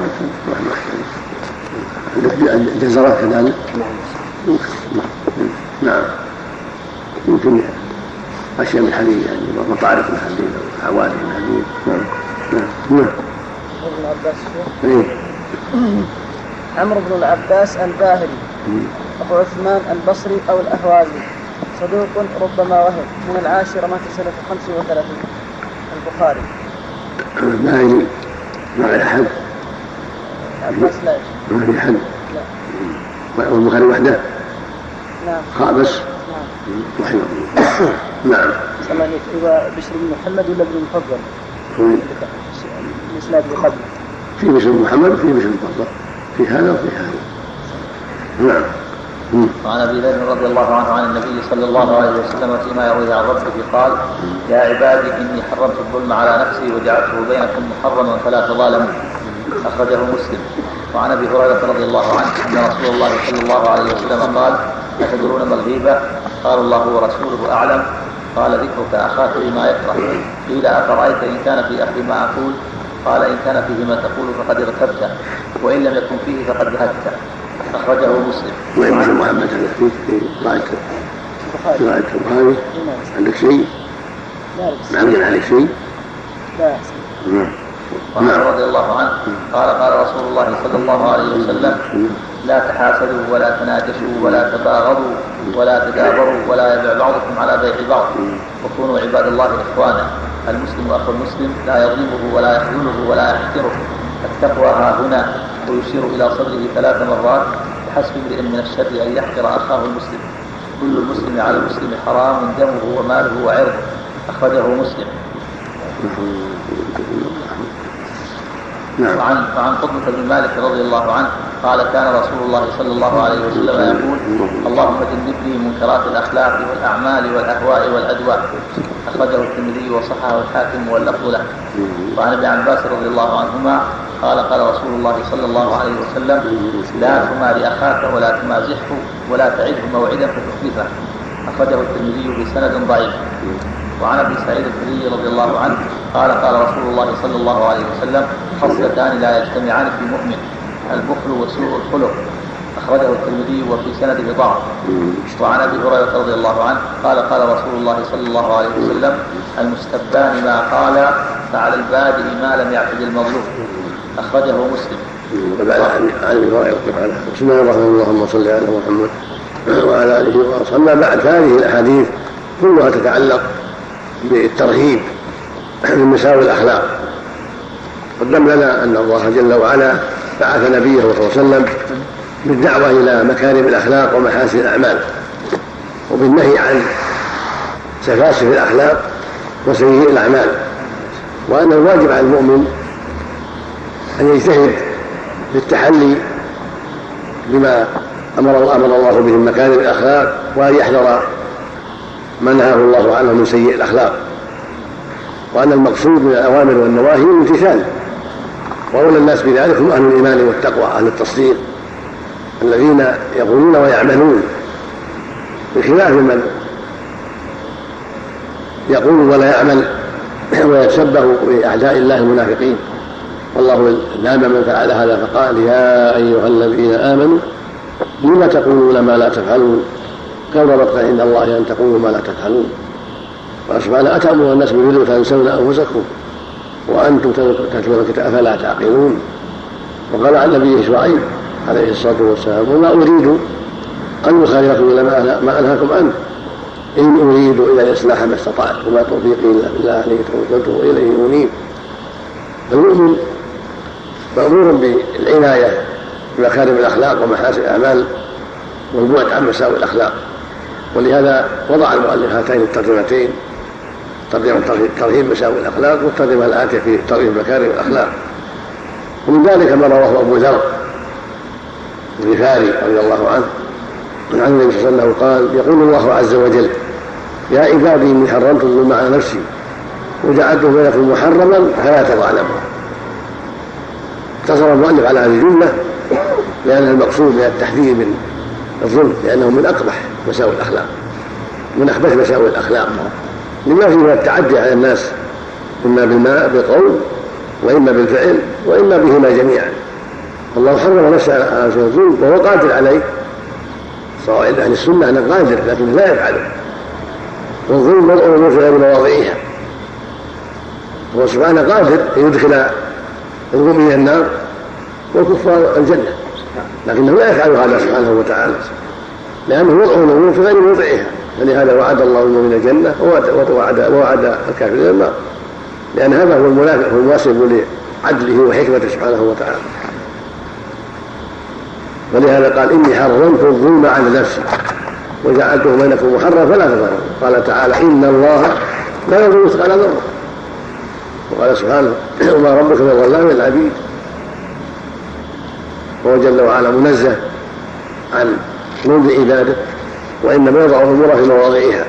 الجزرة كذلك. نعم. يمكن أشياء من حديد يعني مطارق من حديد أو حوادث من حديد. نعم. نعم. ابن عباس. إيه. عمرو بن العباس الباهلي أبو عثمان البصري أو الأهوازي صدوق ربما وهم من العاشرة مات سنة خمس وثلاثين. البخاري. الباهلي ما في أحد. عباس لا ما في أحد. لا. والبخاري وحده. نعم. خامس. نعم. رحمه الله. نعم. صلى الله عليه وسلم. بشر بن محمد ولا ابن المفضل؟ الإسناد اللي قبله في بشر محمد وفي بشر البصر، في هذا وفي هذا. نعم. وعن ابي ذر رضي الله عنه عن النبي صلى الله عليه وسلم فيما يرويه عن ربه قال: يا عبادي اني حرمت الظلم على نفسي وجعلته بينكم محرما فلا تظالموا. اخرجه مسلم. وعن ابي هريره رضي الله عنه ان رسول الله صلى الله عليه وسلم قال: اتدرون ما الغيبه؟ قال: الله ورسوله اعلم. قال: ذكرك اخاك بما يكره. قيل: افرايت ان كان في اخي ما اقول؟ قال: ان كان فيه ما تقول فقد ارتبت، وان لم يكن فيه فقد ذهبت. أخرجه مسلم. وإمام محمد فيك في رأيك في رأيك البخاري عندك شيء؟ ما عندنا عليك شيء؟ لا. وعن رضي الله عنه قال: قال رسول الله صلى الله عليه وسلم: لا تحاسدوا ولا تناجشوا ولا تباغضوا ولا تدابروا ولا يبيع بعضكم على بيع بعض، وكونوا عباد الله إخوانا. المسلم أخو المسلم لا يظلمه ولا يخذله ولا يحقره. التقوى ها هنا، ويشير إلى صدره ثلاث مرات: بحسب امرئ من الشر أن يحقر أخاه المسلم. كل المسلم على المسلم حرام دمه وماله وعرضه. أخرجه مسلم. نعم. وعن وعن قطبة بن مالك رضي الله عنه قال: كان رسول الله صلى الله عليه وسلم يقول: اللهم جنبني منكرات الأخلاق والأعمال والأهواء والأدواء. أخرجه الترمذي وصححه الحاكم واللفظ له. وعن ابن عباس رضي الله عنهما قال: قال رسول الله صلى الله عليه وسلم: لا تماري أخاك ولا تمازحه ولا تعده موعدا فتخلفه. أخرجه الترمذي بسند ضعيف. وعن ابي سعيد الخدري رضي الله عنه قال: قال رسول الله صلى الله عليه وسلم: خصلتان لا يجتمعان في مؤمن: البخل وسوء الخلق. أخرجه الترمذي وفي سنده ضعف. وعن ابي هريره رضي الله عنه قال: قال رسول الله صلى الله عليه وسلم: المستبان ما قال، فعلى البادئ ما لم يعتد المظلوم. أخرجه مسلم. وبعد عن ابي هريره قال: بسم الله الرحمن الرحيم، اللهم صل على محمد وعلى اله وصحبه. اما بعد، هذه الاحاديث كلها تتعلق بالترهيب من مساوي الأخلاق. قدم لنا أن الله جل وعلا بعث نبيه صلى الله عليه وسلم بالدعوة إلى مكارم الأخلاق ومحاسن الأعمال، وبالنهي عن سفاسف الأخلاق وسيئ الأعمال، وأن الواجب على المؤمن أن يجتهد في التحلي بما أمر أمر الله به من مكارم الأخلاق، وأن يحذر ما نهاه الله عنه من سيئ الأخلاق، وأن المقصود من الأوامر والنواهي الامتثال. وأولى الناس بذلك هم أهل الإيمان والتقوى، أهل التصديق، الذين يقولون ويعملون، بخلاف من يقول ولا يعمل ويتشبه بأعداء الله المنافقين. والله لام من فعل هذا فقال: يا أيها الذين آمنوا لم تقولون ما لا تفعلون، كبر مقتا عند الله أن تقولوا ما لا تفعلون. وسبحانه: أتأمرون الناس بالبر وتنسون أنفسكم وأنتم تتلون الكتاب أفلا تعقلون. وقال عن نبيه شعيب عليه الصلاة والسلام: وما أريد أن أخالفكم إلى ما أنهاكم عنه، إن أريد إلا الإصلاح ما استطعت وما توفيقي إلا بالله عليه توكلت وإليه أنيب. المؤمن مأمور بالعناية بمكارم الأخلاق ومحاسن الأعمال والبعد عن مساوئ الأخلاق. ولهذا وضع المؤلف هاتين الترجمتين: ترجمة ترهيب مساوئ الأخلاق، والترجمة الآتية في ترهيب مكارم الأخلاق. ومن ذلك ما رواه أبو ذر الغفاري رضي الله عنه عن النبي صلى الله عليه وسلم قال: يقول الله عز وجل: يا عبادي إني حرمت الظلم على نفسي وجعلته بينكم محرما فلا تظالموا. اقتصر المؤلف على هذه الجملة لأن المقصود من التحذير من الظلم، لأنه من أقبح مساوئ الأخلاق، من أخبث مساوئ الأخلاق، لما فيه من التعدي على الناس، إما بالقول وإما بالفعل وإما بهما جميعا. الله حرم نفسه على الظلم وهو قادر عليه، سواء عند أهل السنة أنه قادر لكن لا يفعله، والظلم مضع في غير مواضعها. هو سبحانه قادر أن يدخل المؤمن النار والكفار الجنة، لكنه لا يفعل هذا سبحانه وتعالى، لأنه وضع الأمور في غير موضعها. فلهذا وعد الله المؤمن الجنة ووعد ووعد الكافرين النار، لأن هذا هو المناسب هو المناسب لعدله وحكمته سبحانه وتعالى. ولهذا قال: إني حرمت الظلم على نفسي وجعلته بينكم محرما فلا تظلموا. قال تعالى: إن الله لا يظلم مثقال ذرة. قال سبحانه وما ربك من ظلام للعبيد، وهو جل وعلا منزه عن ظلم عباده، وإنما يضع الأمور في مواضعها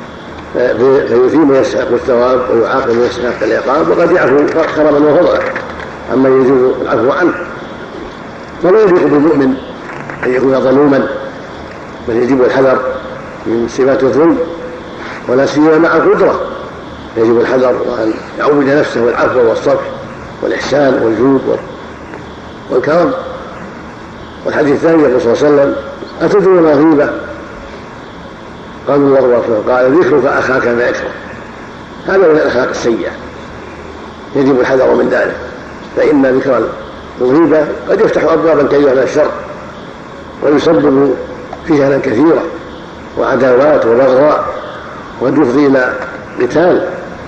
فيثيب ويستحق الثواب ويعاقب ويستحق العقاب، وقد يعفو كرما وفضلا عما يجوز العفو عنه. فلا يليق بالمؤمن أن يكون ظلوما، بل يجب الحذر من صفات الظلم، ولا سيما مع القدرة يجب الحذر وأن يعود نفسه والعفو والصفح والإحسان والجود والكرم. والحديث الثاني يقول صلى الله عليه وسلم أتدرون ما غيبة؟ قالوا الله ورسوله قال ذكرك أخاك ما يكره. هذا من الأخلاق السيئة، يجب الحذر من ذلك، فإن ذكر الغيبة قد يفتح أبوابا كثيرة من الشر، ويسبب فتنا كثيرة وعداوات وبغضاء، وقد يفضي إلى قتال،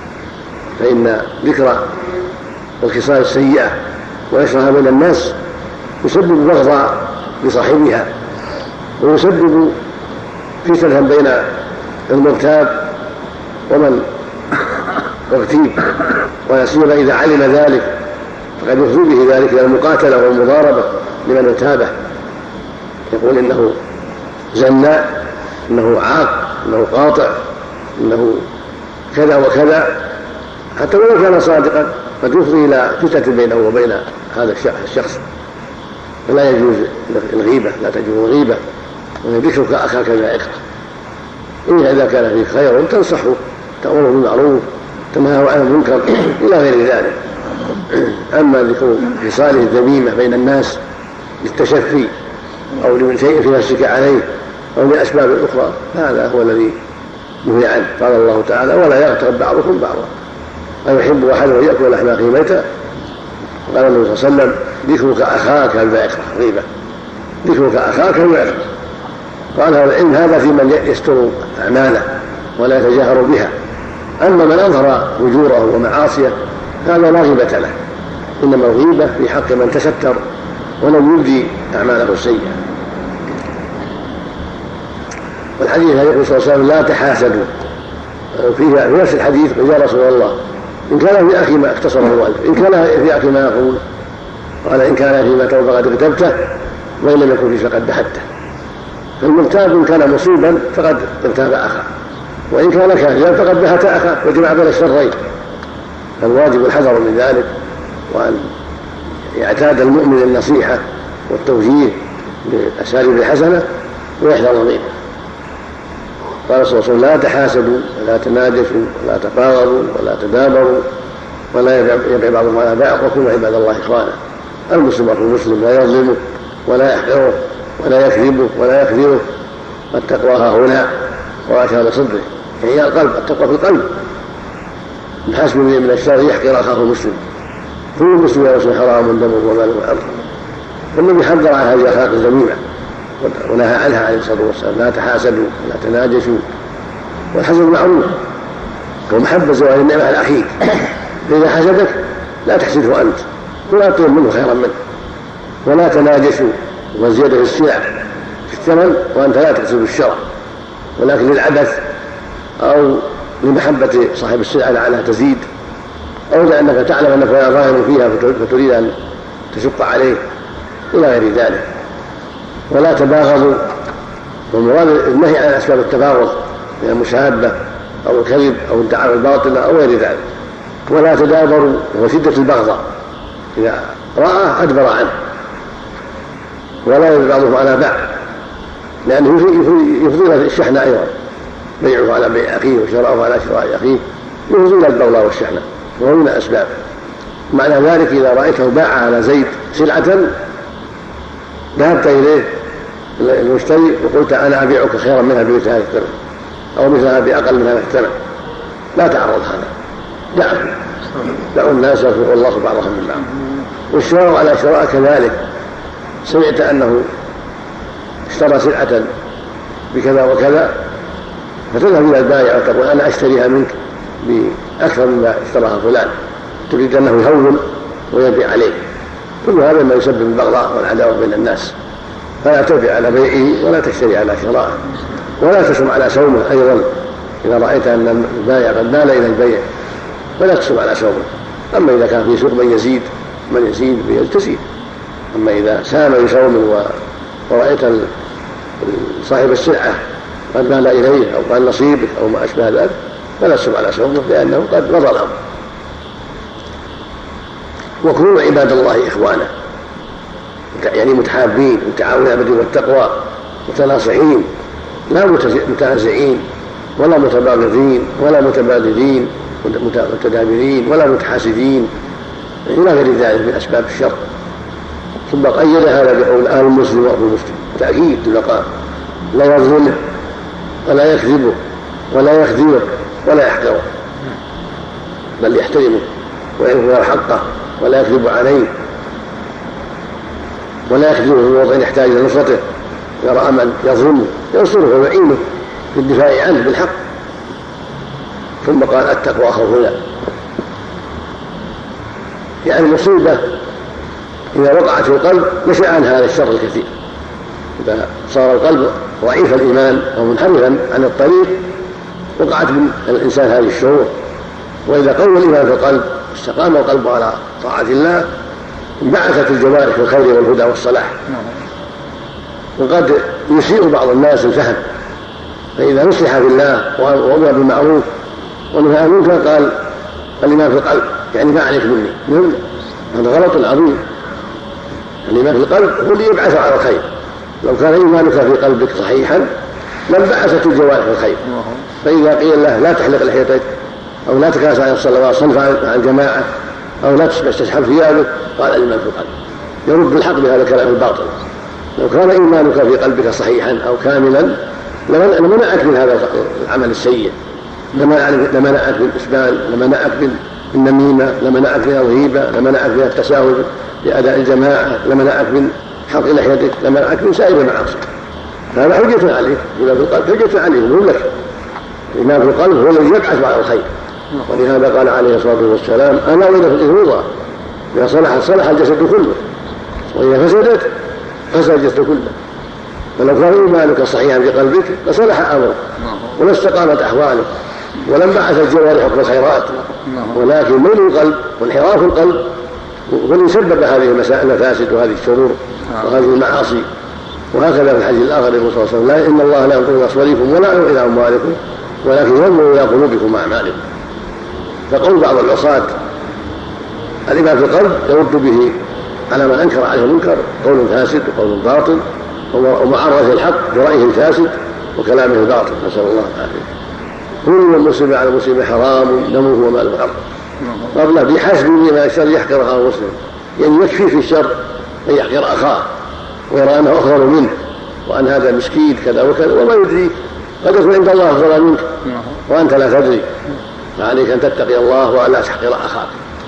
فإن ذكر الخصال السيئة ونشرها بين الناس يسبب بغضاء لصاحبها، ويسبب فتنة بين المغتاب ومن اغتيب، ولا سيما إذا علم ذلك فقد يفضي به ذلك إلى المقاتلة والمضاربة لمن اغتابه، يقول إنه زناء، إنه عاق، إنه قاطع، إنه كذا وكذا، حتى ولو كان صادقا قد يفضي إلى فتنة بينه وبين هذا الشخص. فلا يجوز الغيبة، لا تجوز الغيبة، وذكرك أخاك ما يكره. إن إذا كان فيك خير تنصحه، تأمره بالمعروف، تنهاه عن المنكر إلى غير ذلك. أما ذكر خصاله الذميمة بين الناس للتشفي أو لمن شيء في نفسك عليه أو لأسباب أخرى، هذا هو الذي نهي عنه. قال الله تعالى ولا يغتب بعضكم بعضا أيحب أحدكم أن يأكل لحم أخيه ميتا. قال النبي صلى الله عليه وسلم ذكرك أخاك ما يكره، غيبة ذكرك أخاك ما يكره. قال هذا العلم هذا في من يستر أعماله ولا يتجاهر بها، أما من أظهر وجوره ومعاصيه هذا لا غيبة له، إنما الغيبة في حق من تستر ولم يبدي أعماله السيئة. والحديث يقول صلى الله عليه وسلم لا تحاسدوا، فيها في نفس الحديث يا رسول الله إن كان في أخي ما اختصره ألف، إن كان في أخي ما يقول، قال إن كان فيما تقول فقد اغتبته وإن لم يكن فيه فقد بحته. فالمغتاب إن كان مصيبا فقد اغتاب أخاه، وإن كان كاذبا فقد بهت أخاه وجمع بين الشرين. فالواجب الحذر من ذلك، وأن يعتاد المؤمن النصيحة والتوجيه بالأساليب الحسنة ويحذر منه. قال صلى الله عليه وسلم لا تحاسدوا ولا تناجشوا ولا تباغضوا ولا تدابروا ولا يبع بعضكم على بعض وكونوا عباد الله إخوانا. المسلم أخو المسلم لا يظلمه ولا يحقره ولا يكذبه ولا يكذبه. التقوى ها هنا وأشار صدره، يعني هي القلب، التقوى في القلب. الحسب من الشر يحقر أخاه المسلم، كل مسلم يرسل حرام دمه وماله وعرضه. فالنبي حذر عن هذه الأخلاق الذميمة ونهى عنها عليه الصلاة والسلام. لا تحاسدوا ولا تناجشوا، والحسد معروف ومحبة زوال النعمة على أخيك، فإذا حسدك لا تحسده أنت ولا تطلب منه خيرا منه. ولا تناجشوا والزيادة في السلع في الثمن وأنت لا تقصد الشرع، ولكن للعبث أو لمحبة صاحب السلعة لعلها تزيد، أو لأنك تعلم أنك لا ظاهر فيها فتريد أن تشق عليه إلى غير ذلك. ولا تباغضوا، والمراد النهي عن أسباب التباغض من المشابهة أو الكذب أو الدعاوى الباطلة أو غير ذلك. ولا تدابروا، وهو شدة البغضاء، إذا رأى أدبر عنه. ولا يبغض بعضهم على بعض، لأنه يفضي الشحن أيضا، بيعه على بيع أخيه وشراءه على شراء أخيه يفضي البغضاء والشحن، وهو من الأسباب. معنى ذلك إذا رأيته باع على زيد سلعة ذهبت إليه المشتري وقلت أنا أبيعك خيرا منها بمثلها الثمن أو مثلها بأقل منها الثمن، لا تعرض هذا، دعه، دعوا الناس يرزق الله بعضهم من بعض. والشراء على شراء كذلك، سمعت أنه اشترى سلعة بكذا وكذا فتذهب إلى البائع وتقول أنا أشتريها منك بأكثر مما اشتراها فلان، تريد أنه يهون ويبيع عليه. كل هذا ما يسبب البغضاء والعداوة بين الناس. فلا تبيع على بيعه ولا تشتري على شرائه، ولا تسم على سومه أيضا. إذا رأيت أن البائع قد مال إلى البيع فلا تسم على سومه، أما إذا كان في سوق من يزيد من يزيد يزيد. أما إذا سام بصوم ورأيت صاحب السلعة قد مال إليه أو قال نصيبك أو ما أشبه ذلك فلا تصوم على صومه لأنه قد مضى الأمر. وكونوا عباد الله إخوانا يعني متحابين متعاونين على البر والتقوى متناصحين لا متنازعين ولا متباغضين ولا متبادلين متدابرين ولا متحاسدين إلى غير ذلك من أسباب الشر. ثم قيد هذا بقول آل المسلم وأخو المسلم تأكيد لقاء لا يظلمه ولا يكذبه ولا يخذله ولا يحقره بل يحترمه ويظهر حقه ولا يكذب عليه ولا يخذله في وضع يحتاج إلى نصرته. يرى من يظلمه ينصره ويعينه في الدفاع عنه بالحق. ثم قال التقوى هنا يعني المصيبة إذا وقعت في القلب نشأ عن هذا الشر الكثير. إذا صار القلب ضعيف الإيمان أو منحرفا عن الطريق وقعت من الإنسان هذه الشرور. وإذا قوى الإيمان في القلب استقام القلب على طاعة الله انبعثت الجوارح في الخير والهدى والصلاح. وقد يسيء بعض الناس الفهم فإذا نصح في الله وأمر بالمعروف ونهى عن المنكر قال الإيمان في القلب يعني ما عليك مني. هذا غلط عظيم. الإيمان في القلب هو اللي يبعث على الخير. لو كان إيمانك في قلبك صحيحا لانبعثت الجوارح في الخير. فإذا قيل له لا تحلق لحيتك أو لا تكاس عن الصلوات صنف عن الجماعة أو لا تسحب ثيابك قال الإيمان في القلب. يرد الحق بهذا الكلام الباطل. لو كان إيمانك في قلبك صحيحا أو كاملا لمنعك من هذا العمل السيء، لمنعك من الإسبال، لمنعك من النميمة، لمنعك من الغيبة، لمنعك من التساهل بأداء الجماعة، لمنعك من حلق لحيتك، لمنعك من سائر المعاصي. هذا حجة عليك. إيمان في القلب حجة عليك يقول لك الإيمان في القلب هو الذي يبعث على الخير. ولهذا قال عليه الصلاة والسلام أنا وإذا في الإذن إذا صلحت صلح الجسد كله وإذا فسدت فسد الجسد كله. فلو كان إيمانك صحيحا في قلبك لصلح أمرك ولا استقامت أحوالك ولم بعثت جوارحك الخيرات. ولكن ميل القلب وانحراف القلب هو اللي سبب هذه المسائل المفاسد وهذه الشرور وهذه المعاصي. وهكذا في الحديث الآخر يقول صلى الله عليه وسلم إن الله لا ينظر إلى صوركم ولا إلى أموالكم ولكن ينظر إلى قلوبكم وأعمالكم. فقول بعض العصاة الإيمان في القلب يرد به على من أنكر عليه المنكر قول فاسد وقول باطل ومعارضة الحق برأيه الفاسد وكلامه الباطل نسأل الله العافية. كل المسلم على المسلم حرام دمه وماله حرام. قبله بحسب من الشر يحقر أخاه المسلم يعني يكفي في الشر أن يحقر أخاه ويرى أنه أفضل منه وأن هذا مسكين كذا وكذا وما يدريك قد يكون عند الله أفضل منك وأنت لا تدري. فعليك أن تتقي الله وألا تحقر أخاك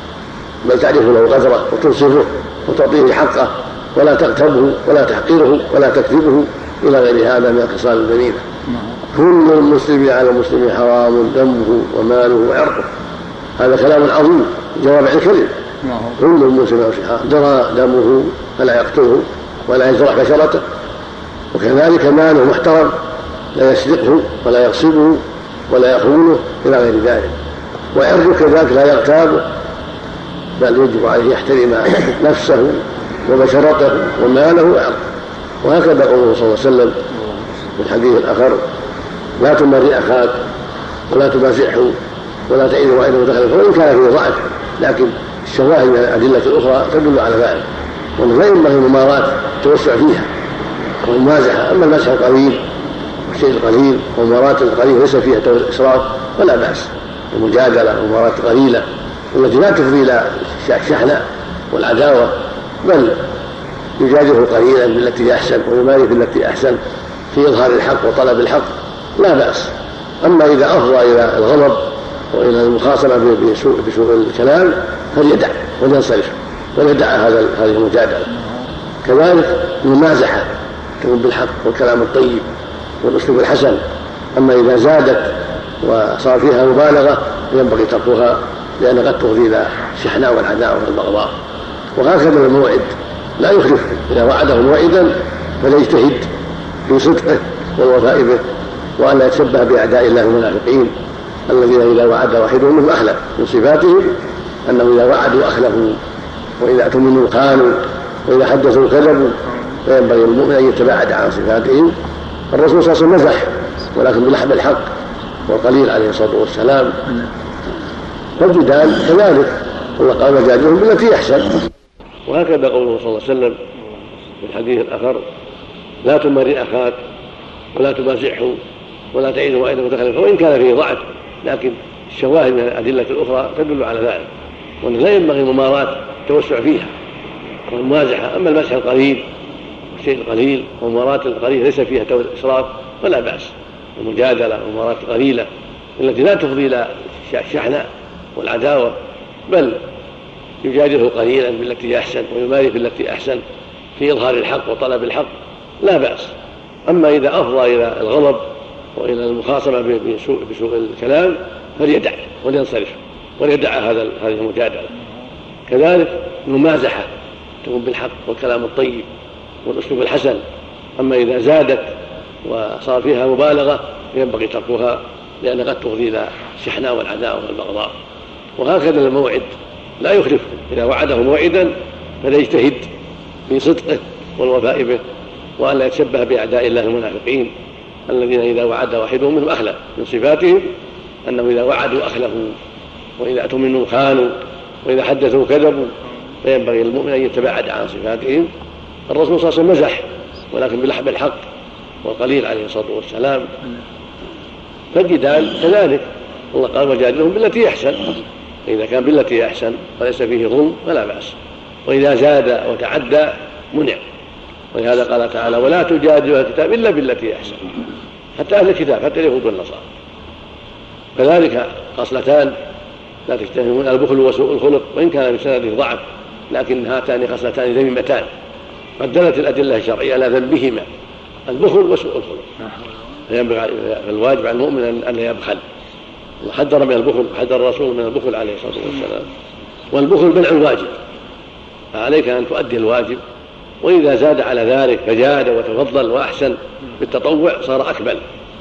بل تعرف له قدره وتنصفه وتعطيه حقه ولا تغتبه ولا تحقره ولا تكذبه إلى غير هذا من الخصال الذميمة. كل المسلم على المسلم حرام دمه وماله وعرضه. هذا كلام عظيم جوامع الكلم. كل المسلم درى دمه فلا يقتله ولا يجرح بشرته وكذلك ماله محترم لا يسرقه ولا يغصبه ولا يخونه إلى غير ذلك. وعرضه كذلك لا يغتابه بل يجب عليه يحترم نفسه وبشرته وماله وعرضه. وهكذا قوله صلى الله عليه وسلم في الحديث الآخر لا تمري أخاك ولا تبازحه ولا تعيده وعيده دخله وإن كان فيه ضعف لكن الشواهد من الأدلة الأخرى تدل على ذلك. ومن لا ينبغي الممارات التوسع فيها والمازحة. أما المزح القليل والشيء القليل والممارات القليل ليس فيها إسراف ولا بأس. المجادلة والممارات القليلة التي لا تفضي إلى الشحنة والعداوة بل يجادله قليلا بالتي أحسن ويماري بالتي أحسن في إظهار الحق وطلب الحق لا بأس. أما إذا أفضى إلى الغضب وإلى المخاصمة بسوء الكلام فليدع ولينصرف وليدع هذا هذه المجادلة. كذلك الممازحة تكون بالحق والكلام الطيب والأسلوب الحسن. أما إذا زادت وصار فيها مبالغة ينبغي تركها لأن قد تفضي إلى الشحناء والعداوة والبغضاء. وهكذا الموعد لا يخلف إذا وعده موعدا فليجتهد في صدقه والوفاء به وأن لا يتشبه بأعداء الله المنافقين الذين إذا وعد واحدهم منهم أخلف من صفاتهم أنه إذا وعدوا أخلفوا وإذا اؤتمنوا خانوا وإذا حدثوا كذبوا، فينبغي المؤمن أن يتباعد عن صفاتهم. الرسول صلى الله عليه وسلم مزح ولكن بلحظ الحق والقليل عليه الصلاة والسلام. فالجدال كذلك، الله قال وجادلهم بالتي أحسن. وهكذا قوله صلى الله عليه وسلم في الحديث الآخر: لا تماري أخاك ولا تمازحه ولا تعيد واحدا متخلفا، وإن كان فيه ضعف لكن الشواهد من الأدلة الأخرى تدل على ذلك، وأن لا ينبغي مماراة التوسع فيها والممازحة. أما المزح القليل الشيء القليل ومماراة القليل ليس فيها إسراف فلا بأس. المجادلة ومماراة قليلة التي لا تفضي إلى الشحناء والعداوة، بل يجادله قليلا بالتي أحسن ويماري بالتي أحسن في إظهار الحق وطلب الحق لا بأس. أما إذا أفضى إلى الغضب وإلى المخاصمة بسوء, بسوء الكلام فليدع ولينصرف وليدع هذا هذه المجادلة. كذلك الممازحة تكون بالحق والكلام الطيب والأسلوب الحسن. أما إذا زادت وصار فيها مبالغة ينبغي تركها، لأن قد تفضي إلى الشحناء والعداوة والبغضاء. وهكذا الموعد لا يخلفه، إذا وعده موعدا فليجتهد في صدقه والوفاء به، وأن لا يتشبه بأعداء الله المنافقين الذين إذا وعد واحدهم منهم أخلف. من صفاتهم أنهم إذا وعدوا أخلفوا وإذا اؤتمنوا خانوا وإذا حدثوا كذبوا، فينبغي المؤمن أن يتباعد عن صفاتهم. الرسول صلى الله عليه وسلم مزح ولكن بلحظ الحق والقليل عليه الصلاة والسلام. فالجدال كذلك، الله قال وجادلهم بالتي أحسن. إذا كان بالتي أحسن وليس فيه ظلم فلا بأس، وإذا زاد وتعدى منع. ولهذا قال تعالى: ولا تجادلوا أهل الكتاب إلا بالتي أحسن. حتى أهل الكتاب، حتى اليهود والنصارى. كذلك خصلتان لا تجتهمون: البخل وسوء الخلق، وإن كان بسنده ضعف لكن هاتان خصلتان ذميمتان قد دلت الأدلة الشرعية على ذنبهما، البخل وسوء الخلق. فينبغي الواجب على المؤمن أن لا يبخل. وحذر من البخل، حذر الرسول من البخل عليه الصلاة والسلام. والبخل منع الواجب، فعليك أن تؤدي الواجب. وإذا زاد على ذلك فجاد وتفضل وأحسن بالتطوع صار أكمل.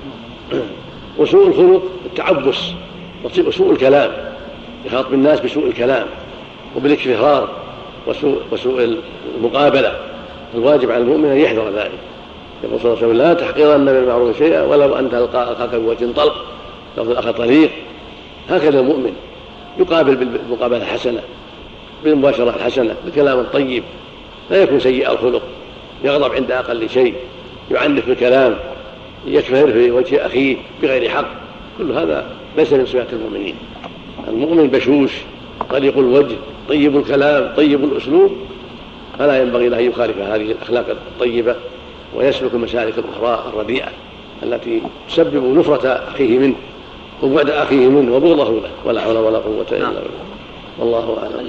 وسوء الخلق التعبس وسوء الكلام، يخاطب الناس بسوء الكلام وبالاكفهار وسوء, وسوء المقابلة. الواجب على المؤمن أن يحذر ذلك. يقول صلى الله عليه وسلم: لا تحقرن من المعروف شيئا ولو أن تلقى أخاك بوجه طلق، لفظ الأخ طليق. هكذا المؤمن يقابل بالمقابلة الحسنة، بالمباشرة الحسنة، بالكلام الطيب، لا يكون سيء الخلق، يغضب عند أقل شيء، يعنف بالكلام، يكفهر في وجه أخيه بغير حق. كل هذا ليس من صفات المؤمنين. المؤمن بشوش طليق الوجه طيب الكلام طيب الأسلوب، فلا ينبغي له أن يخالف هذه الأخلاق الطيبة ويسلك المسالك الأخرى الرديئة التي تسبب نفرة أخيه منه وبعد أخيه منه وبغضه له، ولا حول ولا قوة إلا بالله. والله أعلم.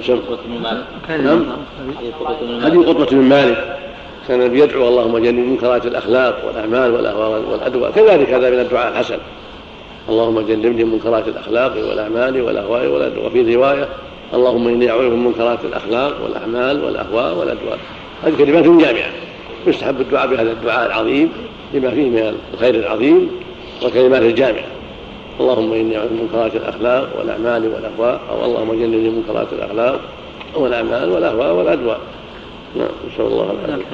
هذه قطبة من مالك كان يدعو: اللهم جنب منكرات الأخلاق والأعمال والأهواء والأدواء. كذلك هذا من الدعاء الحسن: اللهم جنبني منكرات الأخلاق والأعمال والأهواء والأدواء. وفي رواية: اللهم إني أعوذ من منكرات الأخلاق والأعمال والأهواء والأدواء. هذه كلمات جامعة، يستحب الدعاء بهذا الدعاء العظيم لما فيه من الخير العظيم والكلمات الجامعة: اللهم إني أعوذ من منكرات الأخلاق والأعمال والأهواء، أو اللهم جنبني من منكرات الأخلاق والأعمال والأهواء والأدواء. نعم، إن شاء الله.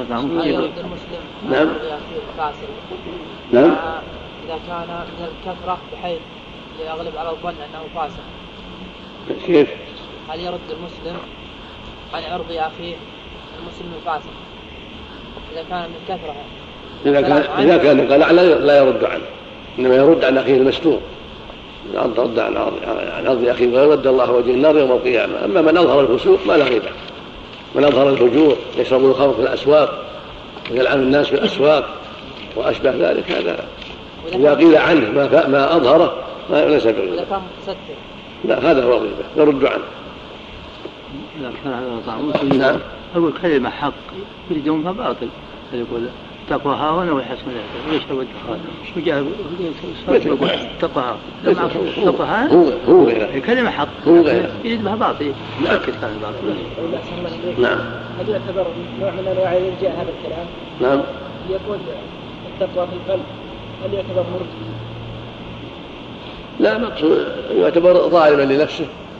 نعم. نعم. إذا كان من الكثرة بحيث يغلب على الظن أنه فاسق، كيف؟ هل يرد المسلم عن عرض أخيه المسلم الفاسق إذا كان من الكثرة؟ إذا كان إذا كان قال لا يرد عنه، إنما يرد عن أخيه المستور. رد عن عرض أخيه ويرد الله وجه النار يوم القيامة. أما من أظهر الفسوق ما له غيبة، من أظهر الفجور يشرب الخمر في الأسواق ويلعن الناس في الأسواق وأشبه ذلك، هذا إذا قيل عنه ما, ما أظهره ما ليس بغيبة. إذا كان مستتر لا، هذا هو غيبة، يرد عنه. إذا كان هذا طعام نعم أقول كلمة حق يريدون فباطل، يقول تقوى هاونا ويحسن ذلك ويشرب الدخان وجاء تقوى هاونا تقوى هاونا هو غيره، كلمة حق هو غيره يريد بها باطل، مؤكد كان باطل. نعم. هل يعتبر نوع من أنواع الإرجاء هذا الكلام؟ نعم. يقول التقوى في القلب هل يعتبر مرجئ؟ لا، مقصود يعتبر ظالما لنفسه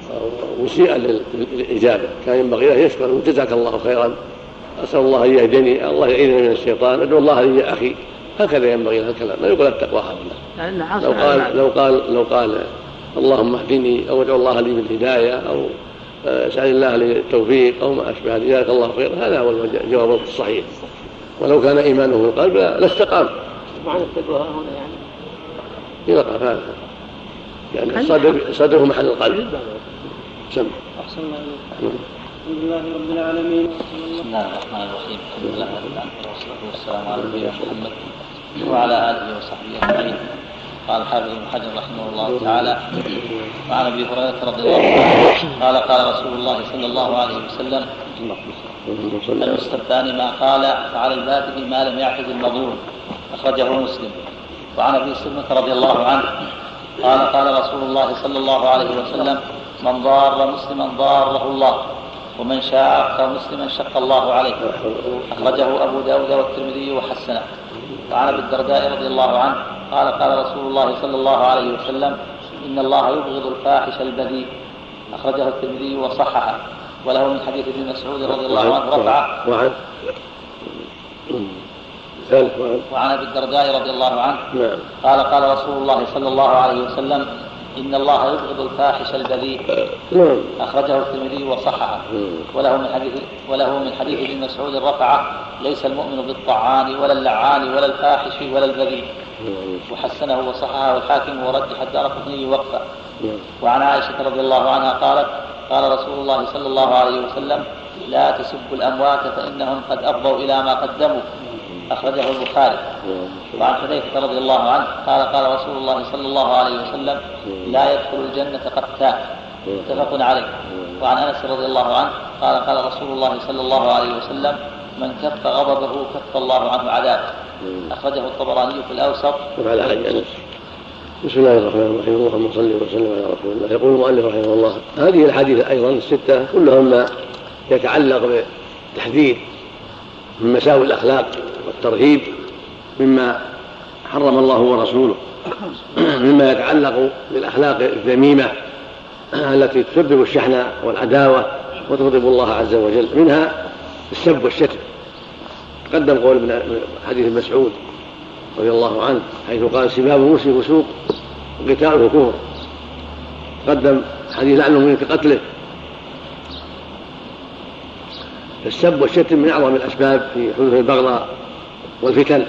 مسيئا للإجابة، كان ينبغي له يشكر جزاك الله خيرا، أسأل الله أن يهدني، الله يعينني من الشيطان، أدعو الله لي يا أخي، هكذا ينبغي له الكلام، لا يقول التقوى هذا. لو قال لو قال لو قال اللهم اهدني أو ادعو الله لي بالهداية أو اسأل الله لي التوفيق أو ما أشبه جزاك الله خيرا، هذا هو الجواب الصحيح. ولو كان إيمانه في القلب لاستقام. معنى التقوى هنا يعني يلقى هذا يعني صدر صدره محل القلب. سم. أحسن الله إليك. الحمد لله رب العالمين. بسم الله الرحمن الرحيم. الحمد لله رب العالمين والصلاة والسلام على نبينا محمد وعلى آله وصحبه أجمعين. قال الحافظ ابن حجر رحمه الله تعالى: وعن ابي هريره رضي الله عنه قال قال رسول الله صلى الله عليه وسلم: المستبان ما قال فعلى الباطل ما لم يعتز المظلوم، اخرجه مسلم. وعن ابي سلمة رضي الله عنه قال قال رسول الله صلى الله عليه وسلم: من ضار مسلما ضاره الله، ومن شاق مسلما شق الله عليه، اخرجه ابو داود والترمذي وحسنه. وعن ابي الدرداء رضي الله عنه قال قال رسول الله صلى الله عليه وسلم: إن الله يبغض الفاحش البذيء، أخرجه الترمذي وصححه. وله من حديث ابن مسعود رضي الله عنه رفعه. وعن وعن ابي الدرداء رضي الله عنه قال قال رسول الله صلى الله عليه وسلم: إن الله يبغض الفاحش البذيء، أخرجه الترمذي وصححه. وله من حديث وله من حديث ابن مسعود رفعه: ليس المؤمن بالطعان ولا اللعان ولا الفاحش ولا البذيء، وحسنه وصححه الحاكم ورجح الدارقطني وقفه. وعن عائشة رضي الله عنها قالت: قال رسول الله صلى الله عليه وسلم: لا تسبوا الأموات فإنهم قد أفضوا إلى ما قدموا، أخرجه البخاري. وعن حذيفة رضي الله عنه قال قال رسول الله صلى الله عليه وسلم: لا يدخل الجنة قتال، متفق عليه. وعن أنس رضي الله عنه قال قال رسول الله صلى الله عليه وسلم: من كف غضبه كف الله عنه عذابه، أخرجه الطبراني في الأوسط. وعلى حج أنس. بسم الله الرحمن الرحيم. اللهم صل وسلم على رسول الله. يقول المؤلف رحمه الله: هذه الحديث أيضا الستة كلهم يتعلق بالتحذير من مساوئ الأخلاق والترهيب مما حرم الله ورسوله، مما يتعلق بالأخلاق الذميمة التي تسبب الشحنة والعداوة وتغضب الله عز وجل، منها السب والشتم. تقدم قول ابن حديث مسعود رضي الله عنه حيث قال: سباب المسلم فسوق وقتاله كفر. تقدم حديث لعن المؤمن كقتله. السب والشتم من أعظم الأسباب في حدوث البغضاء والفتن،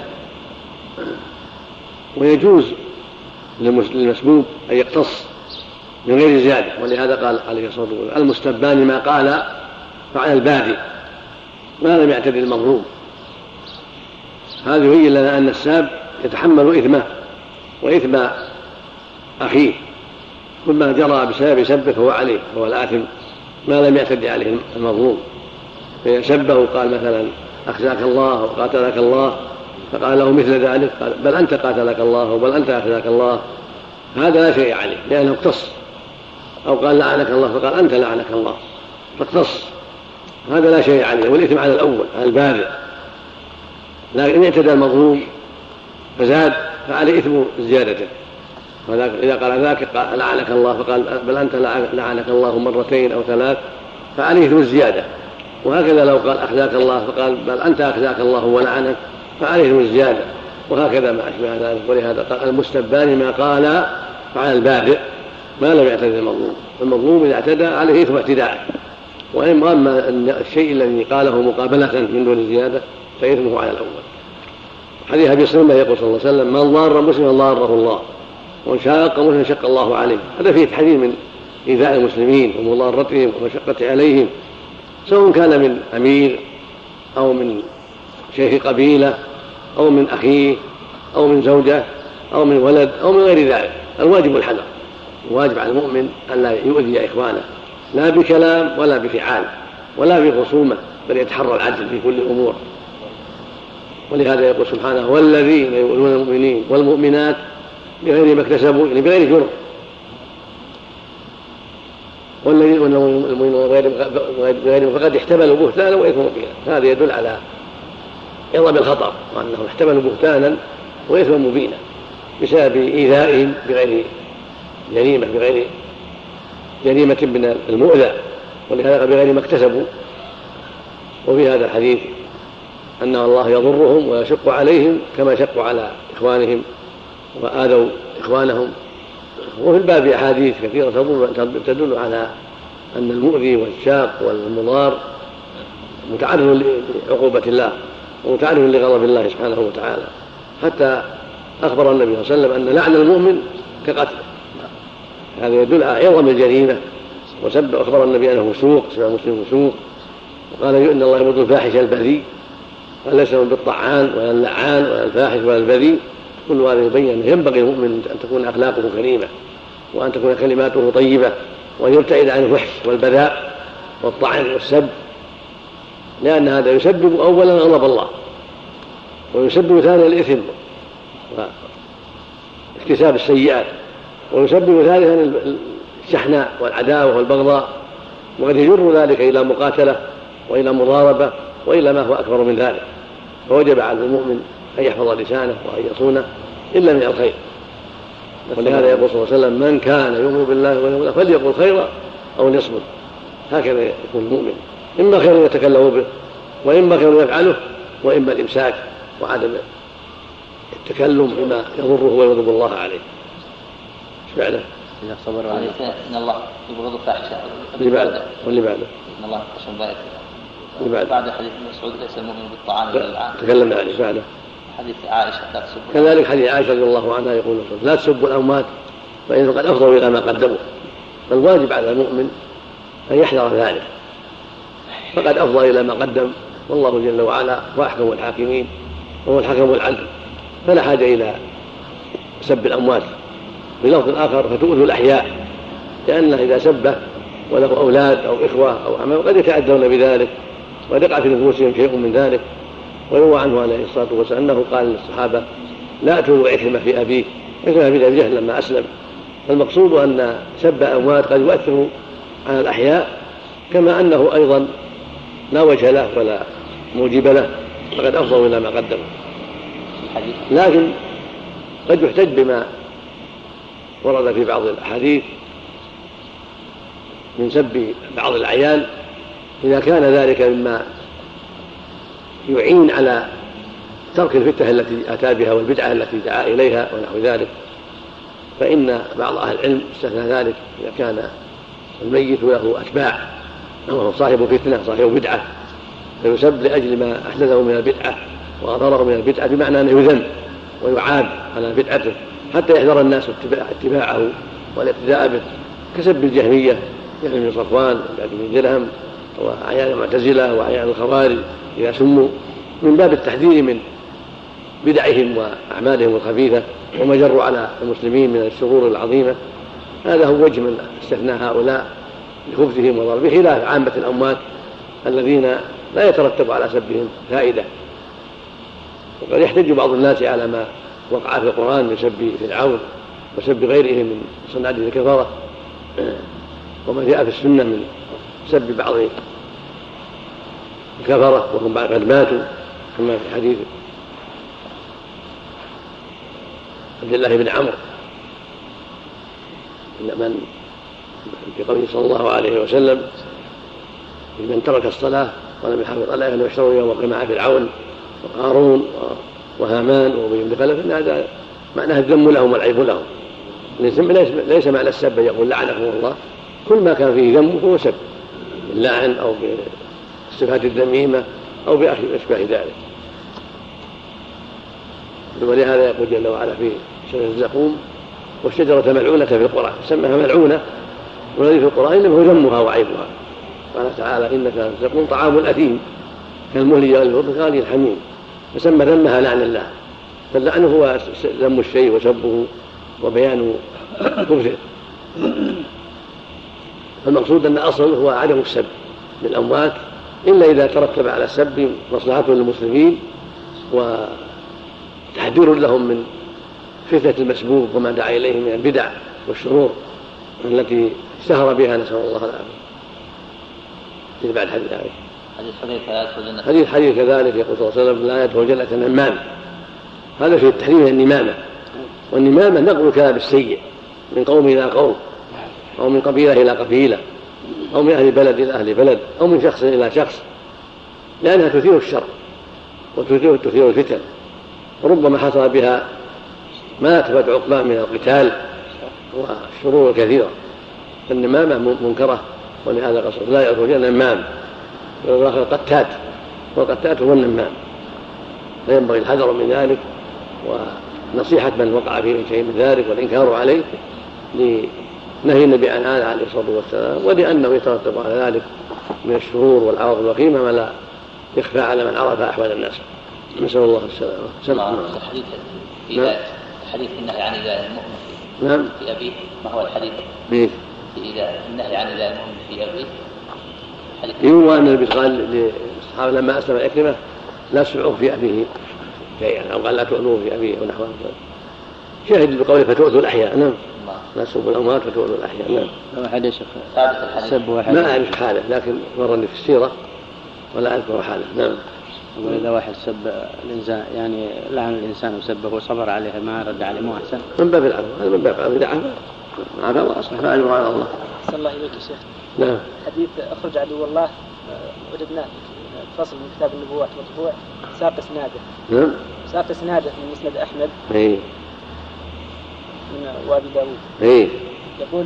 ويجوز للمسبوب أن يقتص من غير زيادة، ولهذا قال عليه الصلاة والسلام: المستبان ما قال فعلى البادي ما لم يعتد المظلوم. هذا يبين لنا أن الساب يتحمل إثمه وإثم أخيه، كما جرى بسبب سبه فهو عليه، فهو الآثم ما لم يعتد عليه المظلوم. فإن سبه قال مثلا: أخزاك الله وقاتلك الله، فقال له مثل ذلك قال: بل أنت قاتلك الله بل أنت أخزاك الله، هذا لا شيء عليه لأنه اقتص. أو قال: لعنك الله، فقال: أنت لعنك الله، فاقتص، هذا لا شيء عليه، والإثم على الأول على البادئ. لكن إن اعتدى المظلوم فزاد فعليه إثم زيادته. إذا قال ذاك لعنك الله فقال: بل أنت لعنك الله مرتين أو ثلاث، فعليه إثم الزيادة. وهكذا لو قال: أخزاك الله فقال: بل أنت أخزاك الله ولعنك، فعليه إثم الزيادة. وهكذا ما أشبه ذلك. ولهذا قال: المستبان ما قال فعلى البادئ ما لم يعتد المظلوم. المظلوم إذا اعتدى عليه إثم اعتداء، وأما الشيء الذي قاله مقابلة من دون زيادة فإثمه على الأول. حديث أبي سلمة يقول صلى الله عليه وسلم: من ضار مسلما ضاره الله، ومن شاق مسلما شق الله عليه. هذا فيه تحذير من إيذاء المسلمين ومضارتهم ومشقة عليهم، سواء كان من أمير أو من شيخ قبيلة أو من أخيه أو من زوجة أو من ولد أو من غير ذلك. الواجب الحذر، الواجب على المؤمن أن لا يؤذي إخوانه، لا بكلام ولا بفعال ولا بخصومة، بل يتحرى العدل في كل الأمور. ولهذا يقول سبحانه: والذين يؤذون المؤمنين والمؤمنات بغير ما اكتسبوا، يعني بغير جرم. والذين يؤذون المؤمنين بغير فقد احتملوا بهتانا وإثما مبينا. هذا يدل على عظم الخطر، وأنهم احتملوا بهتانا وإثما مبينا بسبب إيذائهم بغير جريمة، بغير جريمة من المؤذى، ولهذا بغير ما اكتسبوا. وفي هذا الحديث أن الله يضرهم ويشق عليهم كما شقوا على إخوانهم وآذوا إخوانهم. وفي الباب أحاديث كثيرة تدل على أن المؤذي والشاق والمضار متعرض لعقوبة الله ومتعرض لغضب الله سبحانه وتعالى، حتى أخبر النبي صلى الله عليه وسلم أن لعن المؤمن كقتله. هذا يدل على عظم الجريمة. وسب أخبر النبي أنه فسوق، سمع مسلم فسوق، وقال إن الله يبغض الفاحش البذيء، قال ليس بالطعان ولا اللعان ولا الفاحش ولا البذيء. كل هذا يبين أنه ينبغي المؤمن أن تكون أخلاقه كريمة وأن تكون كلماته طيبة وأن يبتعد عن الفحش والبذاء والطعن والسب، لأن هذا يسبب أولا غضب الله، ويسبب ثانيا الإثم واكتساب السيئات، ويسبب ثالثا الشحناء والعداوة والبغضاء، وقد يجر ذلك إلى مقاتلة وإلى مضاربة وإلى ما هو أكبر من ذلك. فوجب على المؤمن أن يحفظ لسانه وأن يصونه إلا من الخير. ولهذا يقول صلى الله عليه وسلم: من كان يؤمن بالله واليوم الآخر فليقل خيرا أو ليصمت. هكذا يكون المؤمن، إما خير يتكلم به، وإما خير يفعله، وإما الإمساك وعدم التكلم بما يضره ويغضب الله عليه. فعلا إذا صبر عليه إن الله يبغض الفاحشة. اللي بعده واللي بعده إن الله يخشى البائس. اللي بعده بعد حديث ابن مسعود ليس المؤمن بالطعام ولا اللعان. تكلمنا عليه. بعده حديث عائشة لا تسبوا. كذلك حديث عائشة رضي الله عنها يقول: لا تسبوا الأموات فإنهم قد أفضوا إلى ما قدموا. فالواجب على المؤمن أن يحذر ذلك، فقد أفضى إلى ما قدم، والله جل وعلا هو أحكم الحاكمين وهو الحكم العدل، فلا حاجة إلى سب الأموات. بلفظ آخر: فتؤذوا الأحياء، لأنه إذا سبه وله أولاد أو إخوة أو أعمام قد يتعذرون بذلك وقد يقع في نفوسهم شيء من ذلك. ويروى عنه عليه الصلاة والسلام أنه قال للصحابة: لا تؤذوا عكرمة في أبيه، عكرمة في أبي جهل لما أسلم. فالمقصود أن سب أموات قد يؤثر على الأحياء، كما أنه أيضا لا وجه له ولا موجب له، فقد أفضوا إلى ما قدموا. لكن قد يحتج بما ورد في بعض الأحاديث من سب بعض الأعيان إذا كان ذلك مما يعين على ترك الفتنة التي أتى بها والبدعة التي دعا إليها ونحو ذلك، فإن بعض أهل العلم استثنى ذلك إذا كان الميت له أتباع وهو صاحب فتنة صاحب بدعة فيسب لأجل ما أحدثه من البدعة وأضره من البدعة، بمعنى أنه يذم ويعاب على بدعته حتى يحذر الناس اتباعه والاقتداء به، كسب الجهمية يعني من صفوان ومن درهم وأعيان المعتزلة وأعيان الخوارج إذا سموا، من باب التحذير من بدعهم وأعمالهم الخبيثة وما جروا على المسلمين من الشرور العظيمة. هذا هو وجه من استثناء هؤلاء لخبثهم وضربهم، بخلاف عامة الأموات الذين لا يترتب على سبهم فائدة. وقد يحتج بعض الناس على ما وقع في القرآن من سب فرعون وسب غيرهم من صناديد الكفرة، وما جاء في السنة من سب بعض الكفرة وهم بعد قد ماتوا، كما في حديث عبد الله بن عمرو من في قوله صلى الله عليه وسلم: من ترك الصلاة ولم يحافظ عليها أنه يحشر يوم القيامة فرعون وقارون وهامان وأبي بن خلف، إن هذا معناه الذم لهم والعيب لهم. ليس معنى السب يقول لعنهم الله، كل ما كان فيه ذم هو سب، باللعن أو بالصفات الذميمة أو بأشباه ذلك. ولهذا يقول جل وعلا في شجرة الزقوم: والشجرة ملعونة في القرآن، سماها ملعونة، والذي في القرآن إنما هو ذمها وعيبها. قال تعالى: إنك الزقوم طعام الأثيم كالمهل يغلي البرتقال الحميم، فسمى ذمها لعن الله. فاللعن هو ذم الشيء وسبه وبيان كفره. المقصود أن أصل هو عدم السب للأموات إلا إذا ترتب على السب مصلحة للمسلمين وتحذير لهم من فتنة المسبوب وما دعا إليه من البدع والشرور التي اشتهر بها، نسأل الله العافية. بعد حديث عائشة حديث حذيفة لا يدخل الجنة. حديث حديث كذلك يقول صلى الله عليه وسلم: لا يدخل الجنة نمام. هذا في التحريم النمامة، والنمامة نقل الكلام السيء من قوم إلى قوم أو من قبيلة إلى قبيلة أو من أهل بلد إلى أهل بلد أو من شخص إلى شخص، لأنها تثير الشر وتثير تثير الفتن، وربما حصل بها ما تبعد عقباه من القتال والشرور الكثيرة. فالنمامة منكرة، ولهذا قصر لا يخرج النمام ويقول القتات، والقتات هو النمام، فينبغي الحذر من ذلك ونصيحة من وقع فيه شيء من ذلك والإنكار عليه لنهي النبي عن هذا عليه الصلاة والسلام، ولأنه يترتب على ذلك من الشرور والعواقب الوخيمة ما لا يخفى على من عرف أحوال الناس. نسأل الله السلامة. سلام. الحديث في نعم. حديث النهي عن إذاء المؤمن في, نعم. في أبيه، ما هو الحديث؟ مين؟ في إذاء النهي عن إذاء المؤمن في أبيه. يروى أن النبي قال للصحابة لما أسلم عكرمة لا تسمعوه في أبيه شيئا، أو قال لا تؤذوه في أبيه ونحوه. شاهد بقوله فتؤذوا الأحياء. نعم. لا تسبوا الأموات فتؤذوا الأحياء. نعم. هذا حديث ثابت الحديث. ما أعرف حاله، لكن مرني في السيرة ولا أذكر حاله. نعم. وإذا واحد سب الإنسان يعني لعن الإنسان وسبه وصبر عليه ما رد عليه مو أحسن؟ من باب العفو، هذا من باب العفو، إذا عفا عفا وأصبح فأجر على الله. صلى الله إليك يا شيخ. نعم. حديث أخرج عدو الله وجدناه فصل من كتاب النبوات مطبوع ساق اسناده. نعم. ساق اسناده من مسند أحمد. إيه. من وابي داود. إيه. يقول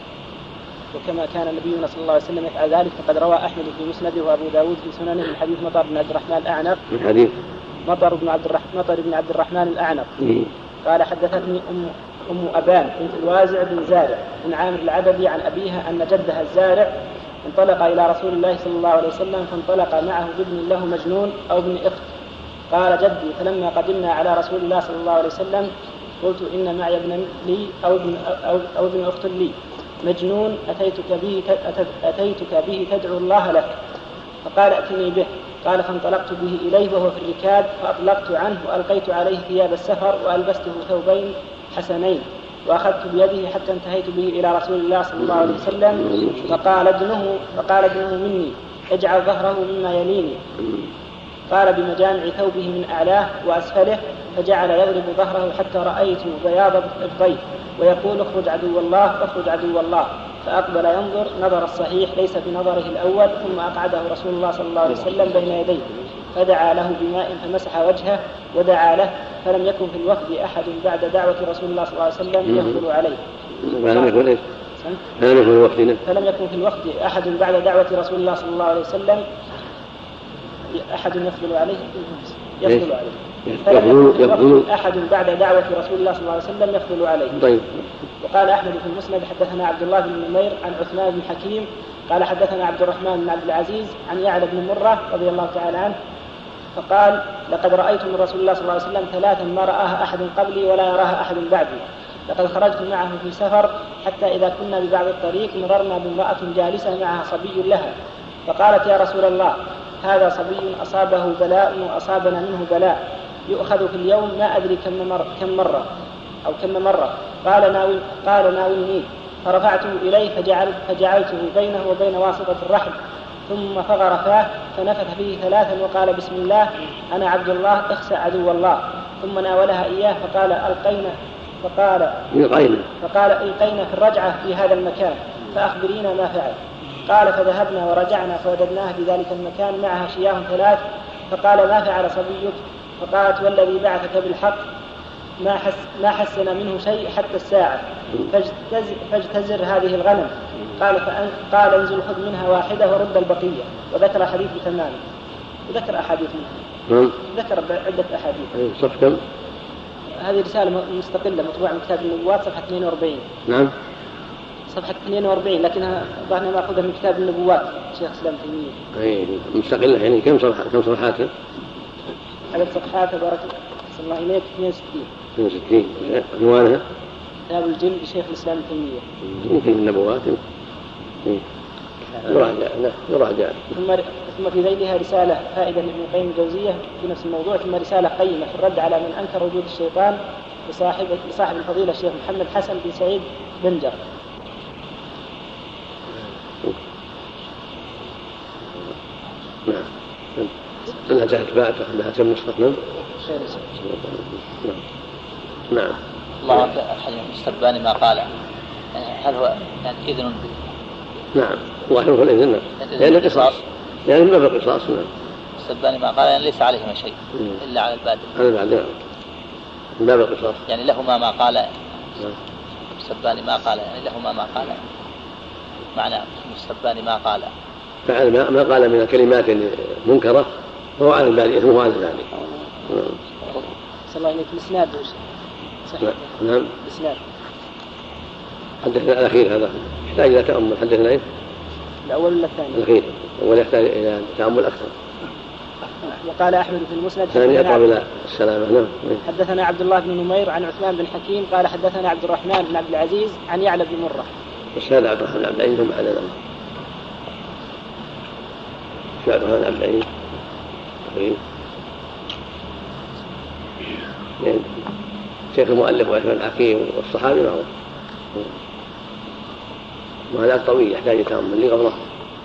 وكما كان نبينا صلى الله عليه وسلم يفعل ذلك فقد روى أحمد في مسنده وأبو داود في سننه من حديث مطر بن عبد الرحمن الأعنق. من حديث مطر بن عبد الرحمن مطر بن عبد الرحمن الأعنق. إيه. قال حدثتني أم أم أبان بنت الوازع بن زارع بن عامر العددي عن أبيها أن جدها الزارع انطلق إلى رسول الله صلى الله عليه وسلم فانطلق معه بابن له مجنون أو ابن أخت. قال جدي فلما قدمنا على رسول الله صلى الله عليه وسلم قلت إن معي ابن لي أو ابن, أو, أو ابن أخت لي مجنون أتيتك به, أتيتك به تدعو الله لك. فقال ائتني به. قال فانطلقت به إليه وهو في الركاب فأطلقت عنه وألقيت عليه ثياب السفر وألبسته ثوبين حسنين وأخذت بيده حتى انتهيت به إلى رسول الله صلى الله عليه وسلم فقال ادنه فقال ادنه مني اجعل ظهره مما يليني. قال بمجامع ثوبه من أعلاه وأسفله فجعل يضرب ظهره حتى رأيت بياض الضيف ويقول اخرج عدو الله اخرج عدو الله. فأقبل ينظر نظر الصحيح ليس بنظره الأول ثم أقعده رسول الله صلى الله عليه وسلم بين يديه فدعا له بماء فمسح وجهه ودعا له فلم يكن في الوفد أحد بعد دعوة رسول الله صلى الله عليه وسلم يفضل عليه. فلم يكن إيه؟ فلم يكن الوفد فلم يكن في الوفد أحد بعد دعوة رسول الله صلى الله عليه وسلم أحد يفضل عليه يفضل عليه يفضل يفضل أحد بعد دعوة رسول الله صلى الله عليه وسلم يفضل عليه. طيب. وقال أحمد في المسند حدثنا عبد الله بن نمير عن عثمان بن حكيم قال حدثنا عبد الرحمن بن عبد العزيز عن يعلى بن مرة رضي الله تعالى عنه فقال لقد رأيت من رسول الله صلى الله عليه وسلم ثلاثا ما رآها أحد قبلي ولا يراها أحد بعدي. لقد خرجت معه في سفر حتى إذا كنا ببعض الطريق مررنا بامرأة جالسة معها صبي لها فقالت يا رسول الله هذا صبي أصابه بلاء وأصابنا منه بلاء يؤخذ في اليوم ما أدري كم مرة, كم مرة أو كم مرة. قال ناول قال ناولني فرفعته إليه فجعلت فجعلته بينه وبين واسطة الرحم ثم فغر فاه فنفث فيه ثلاثا وقال بسم الله أنا عبد الله اخسى عدو الله ثم ناولها إياه فقال ألقينا فقال إلقينا فقال إلقينا في الرجعة في هذا المكان فأخبرينا ما فعل. قال فذهبنا ورجعنا فوجدناها في ذلك المكان معها شياه ثلاث فقال ما فعل صبيك؟ فقالت والذي بعثك بالحق ما حس ما حسنا منه شيء حتى الساعة فاجتزر, فاجتزر هذه الغنم. قال فأن قال انزل خذ منها واحدة ورد البقية. وذكر حديث تماما وذكر أحاديث منها ذكر عدة أحاديث. صف كم؟ هذه رسالة مستقلة مطبوعة من كتاب النبوات صفحة اثنين وأربعين. نعم صفحة اثنين وأربعين لكنها ظهرنا مأخوذة من كتاب النبوات شيخ الإسلام تيمية. أي مستقلة يعني كم صفحة كم صفحات؟ عدد صفحات بارك الله إليك اثنين وستين. اثنين وستين عنوانها كتاب الجن لشيخ الإسلام تيمية. يمكن النبوات يراجع لا يراجع. ثم ثم في ذيلها رسالة فائدة لابن القيم الجوزية في نفس الموضوع ثم رسالة قيمة في الرد على من أنكر وجود الشيطان لصاحب لصاحب الفضيلة الشيخ محمد حسن بن سعيد بنجر. نعم أنها جاءت بعد لها كم نسخة. نعم نعم الله الحديث السباني ما قال هل هو يعني إذن؟ نعم ظاهره الإذن نعم لأنه قصاص لأنه ما في قصاص. نعم السباني ما قال يعني ليس عليهما شيء إلا على البادل. على البادل نعم من باب القصاص يعني لهما ما قال. نعم السباني ما قال يعني لهما ما قال معنى السباني ما قال فعل ما قال من الكلمات المنكرة فهو على البادل اسمه على البادل. صلى الله عليك الإسناد صحيح. نعم الإسناد حدثنا الأخير هذا يحتاج إلى تأمل. حدثنا إيه؟ الأول ولا الثاني؟ الأخير الأول يحتاج إلى تأمل أكثر. وقال أحمد في المسند الثاني أقرب إلى السلامة. نعم حدثنا عبد الله بن نمير عن عثمان بن حكيم قال حدثنا عبد الرحمن بن عبد العزيز عن يعلى بن مرة. بس هذا عبد الرحمن بن عبد العزيز هم على ذلك. شو عبد الرحمن بن عبد العزيز؟ يعني شيخ المؤلف وعثمان الحكيم والصحابي معروف. وهذا طويل يحتاج تأمل لي قبله.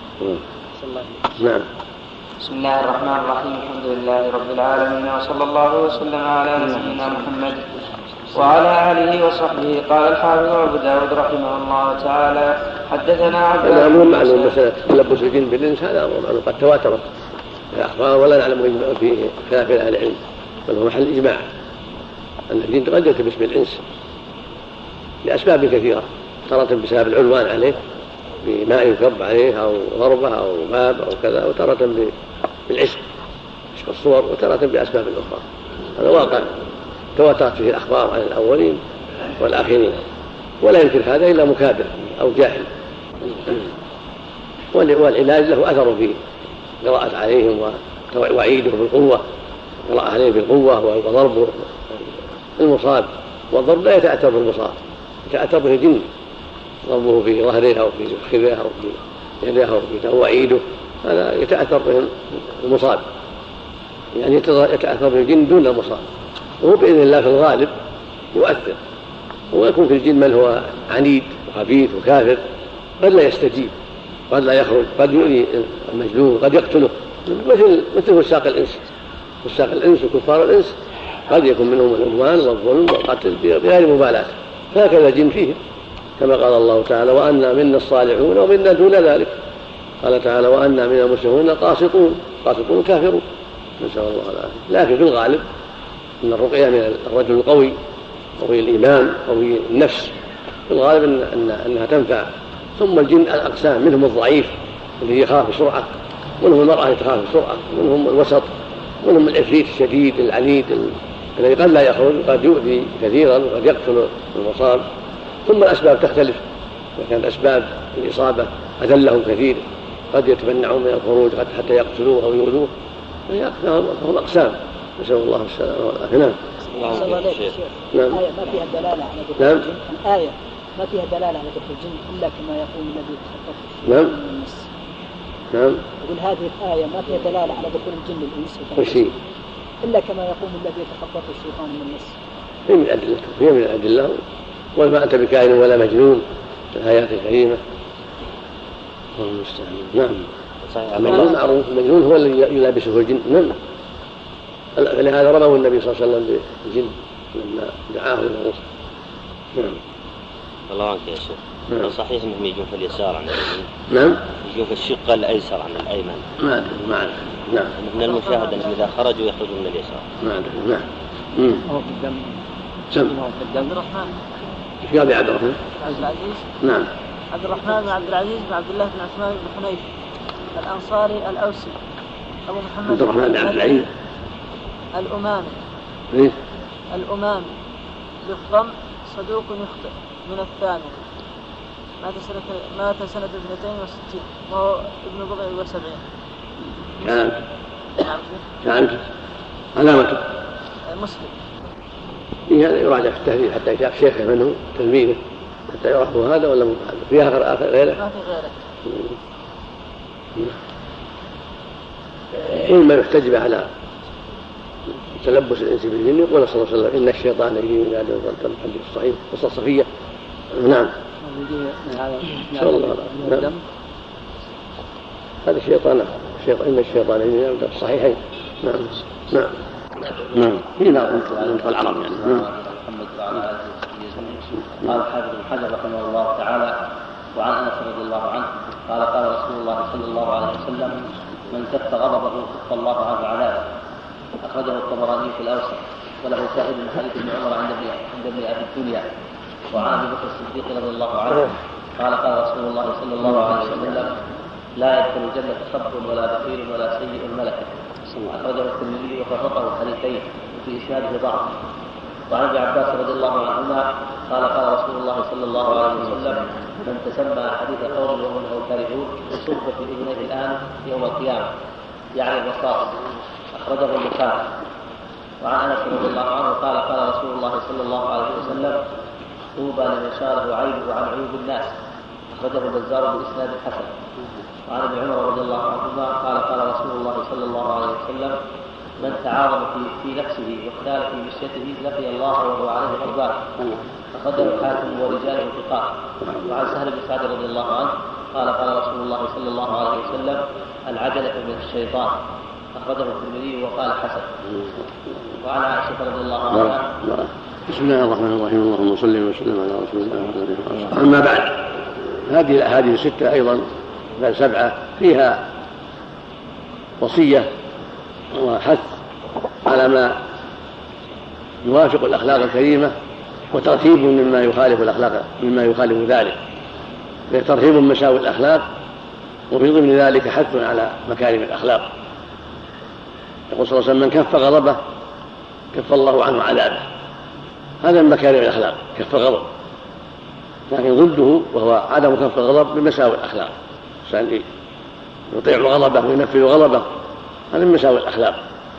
نعم. بسم الله الرحمن الرحيم الحمد لله رب العالمين وصلى الله وسلم على نبينا محمد وعلى آله وصحبه. قال الحافظ أبو داود رحمه الله تعالى حدثنا عبد الله. أمر معلوم مسألة تلبس الجن بالإنس هذا أمر معلوم قد تواترت الأخبار ولا نعلم في خلاف أهل العلم بل هو محل إجماع أن الجن قد يلتبس بالإنس لأسباب كثيرة تارة بسبب العدوان عليه بماء يكب عليه أو ضربة أو باب أو كذا وتارة بالعشق عشق الصور وتارة بأسباب أخرى. هذا واقع تواترت فيه الأخبار عن الأولين والآخرين ولا يمكن هذا إلا مكابر أو جاهل. والعلاج له أثر في قراءة عليهم ووعيده بالقوة قراءة عليه بالقوة وضربه المصاب. والضرب لا يتأثر بالمصاب يتأثر به الجن ضربه في ظهره أو في خذه أو في يده أو في وعيده هذا يتأثر به المصاب يعني يتأثر به الجن دون المصاب وهو بإذن الله في الغالب يؤثر. ويكون في الجن من هو عنيد وخبيث وكافر قد لا يستجيب قد لا يخرج قد يؤذي المجنون قد يقتله مثل مثل فساق الإنس. فساق الإنس وكفار الإنس قد يكون منهم العدوان والظلم والقتل بغير مبالاة فهكذا الجن فيه كما قال الله تعالى وأنا منا الصالحون ومنا دون ذلك. قال تعالى وأنا منا المسلمون قاسطون قاسطون كافرون نسأل الله العافية. لكن في الغالب أن الرقية من الرجل القوي قوي الإيمان قوي النفس في الغالب إن أن أنها تنفع. ثم الجن الأقسام منهم الضعيف الذي يخاف بسرعة منهم المرأة تخاف بسرعة منهم الوسط منهم العفريت الشديد العنيد الذي قد لا يخرج قد يؤذي كثيرا وقد يقتل المصاب. ثم الأسباب تختلف إذا كانت أسباب الإصابة أذلهم كثير قد يتمنعون من الخروج حتى يقتلوه أو يؤذوه فهم أقسام نسأل الله السلامة والعافية. نعم. نعم. الآية ما فيها دلالة على دخول نعم. الجن. الآية ما فيها دلالة على دخول الجن إلا كما يقول الذي يتخطف نعم. من النص. نعم. يقول هذه الآية ما فيها دلالة على دخول الجن الإنس وشيء إلا كما يقول الذي يتخطف الشيطان من النص. هي من الأدلة هي من الأدلة وما أنت بكائن ولا مجنون الآيات الكريمة. الله المستعان. نعم. المجنون معروف المجنون هو الذي يلابسه الجن. نعم. فلهذا رموا النبي صلى الله عليه وسلم بالجن لما دعاه إلى الرسل. نعم. الله عنك يا شيخ. نعم. صحيح انهم يجون في اليسار عن اليمين. نعم. يجون في الشق الايسر عن الايمن. ما ادري ما اعرف. نعم. من المشاهد انهم اذا خرجوا يخرجون من اليسار. ما ادري. نعم. امم. هو في الدم. سم. عبد الرحمن. ايش قال عبد الرحمن؟ عبد العزيز. نعم. عبد الرحمن بن عبد العزيز بن عبد الله بن عثمان بن حنيف الأنصاري الأوسي أبو محمد. عبد الرحمن بن عبد العزيز. الأمامي. إيه؟ الأمامي بالضم صدوق يخطئ من الثاني مات سنة مات سنة اثنتين وستين وهو ابن بضع وسبعين. كانت. نعم. كانت. علامته. مسلم. إيه هذا يراجع في التهذيب حتى يشاف شيخه منه تلميذه حتى يعرف هذا ولا مو هذا. في آخر آخر غيره؟ ما في غيره. كل ما يحتج على تلبس الإنس بالجن يقول صلى الله عليه وسلم إن الشيطان يجري من هذا الحديث الصحيح قصة صفية. نعم. إن شاء الله. نعم. هذا الشيطان الشيطان إن الشيطان يجري من الصحيحين. نعم. نعم. نعم. هنا نطق العرب يعني. نعم. قال الحافظ بن حجر رحمه الله تعالى: وعن انس رضي الله عنه قال قال رسول الله صلى الله عليه وسلم: من كف غضبه كف الله عنه عذابه. اخرجه الطبراني في الاوسط، وله شاهد من حديث ابن عمر عند ابن ابي الدنيا. وعن ابي بكر الصديق رضي الله عنه قال قال رسول الله صلى الله عليه وسلم: لا يدخل الجنه خب ولا بخيل ولا سيء ملكه. اخرجه الترمذي وفرقه الحديثين في اسناده ضعف. وعن ابن عباس رضي الله عنهما قال قال رسول الله صلى الله عليه وسلم: من تسمى حديث قوم وهم له كارهون يصب في اذنيه الان يوم القيامه، يعني الرصاص. اخرجه البخاري. وعن انس رضي الله عنه قال قال رسول الله صلى الله عليه وسلم: طوبى لمن شاله عيبه عن عيوب الناس. اخرجه البزار باسناد حسن. وعن ابن عمر رضي الله عنهما قال قال رسول الله صلى الله عليه وسلم: من تعاظم في, في نفسه واختال في مشيته لقي الله وهو عليه غضبان. أخرجه الحاكم ورجاله ثقات. وعن سهل بن سعد رضي الله عنه قال قال رسول الله صلى الله عليه وسلم: العجلة من الشيطان. أخرجه الترمذي وقال حسن. وعن عائشة رضي الله عنها: بسم الله الرحمن الرحيم، اللهم صل وسلم على رسول الله. أما بعد، هذه الأحاديث الستة أيضا بل سبعة فيها وصية وحث على ما يوافق الأخلاق الكريمة، وترتيب مما يخالف الأخلاق مما يخالف ذلك، ترتيب مساوي الأخلاق، وفي ضمن ذلك حث على مكارم الأخلاق. يقول صلى الله عليه وسلم: من كف غضبه كف الله عنه عذابه. هذا من مكارم الأخلاق كف الغضب، لكن ضده وهو عدم كف الغضب بمساوي الأخلاق. الإنسان يطيع غضبه وينفذ غضبه، هذا من مساوي الأخلاق.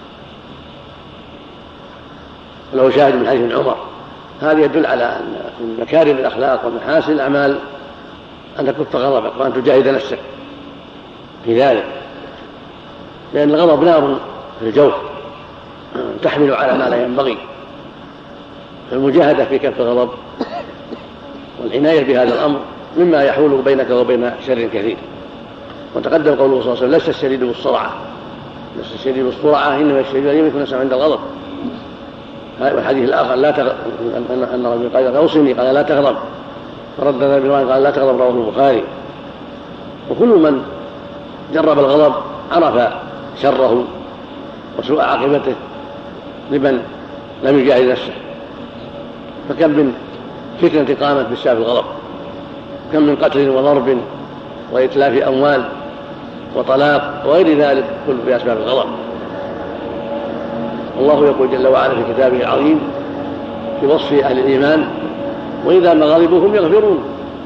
ولو شاهد من حديث ابن عمر، هذا يدل على أن من مكارم الأخلاق ومحاسن الأعمال أن تكف غضبك وأن تجاهد نفسك في ذلك، لأن الغضب نار في الجوف تحمل على ما لا ينبغي. فالمجاهدة في كف الغضب والعناية بهذا الأمر مما يحول بينك وبين شر كثير. وتقدم قوله صلى الله عليه وسلم: لست الشديد بالسرعة، لست الشديد بالسرعة، إنما الشديد الذي يكون نفسه عند الغضب. والحديث الآخر لا تغضب، أن رجل قال: أوصني، قال: لا تغضب، فرد ذلك قال: لا تغضب، رواه البخاري. وكل من جرب الغضب عرف شره وسوء عاقبته لمن لم يجاهد نفسه. فكم من فتنة قامت بسبب الغضب، كم من قتل وضرب وإتلاف أموال وطلاق وغير ذلك كله بأسباب الغضب. الله يقول جل وعلا في كتابه العظيم في وصف أهل الإيمان: وإذا ما غضبوا هم يغفرون.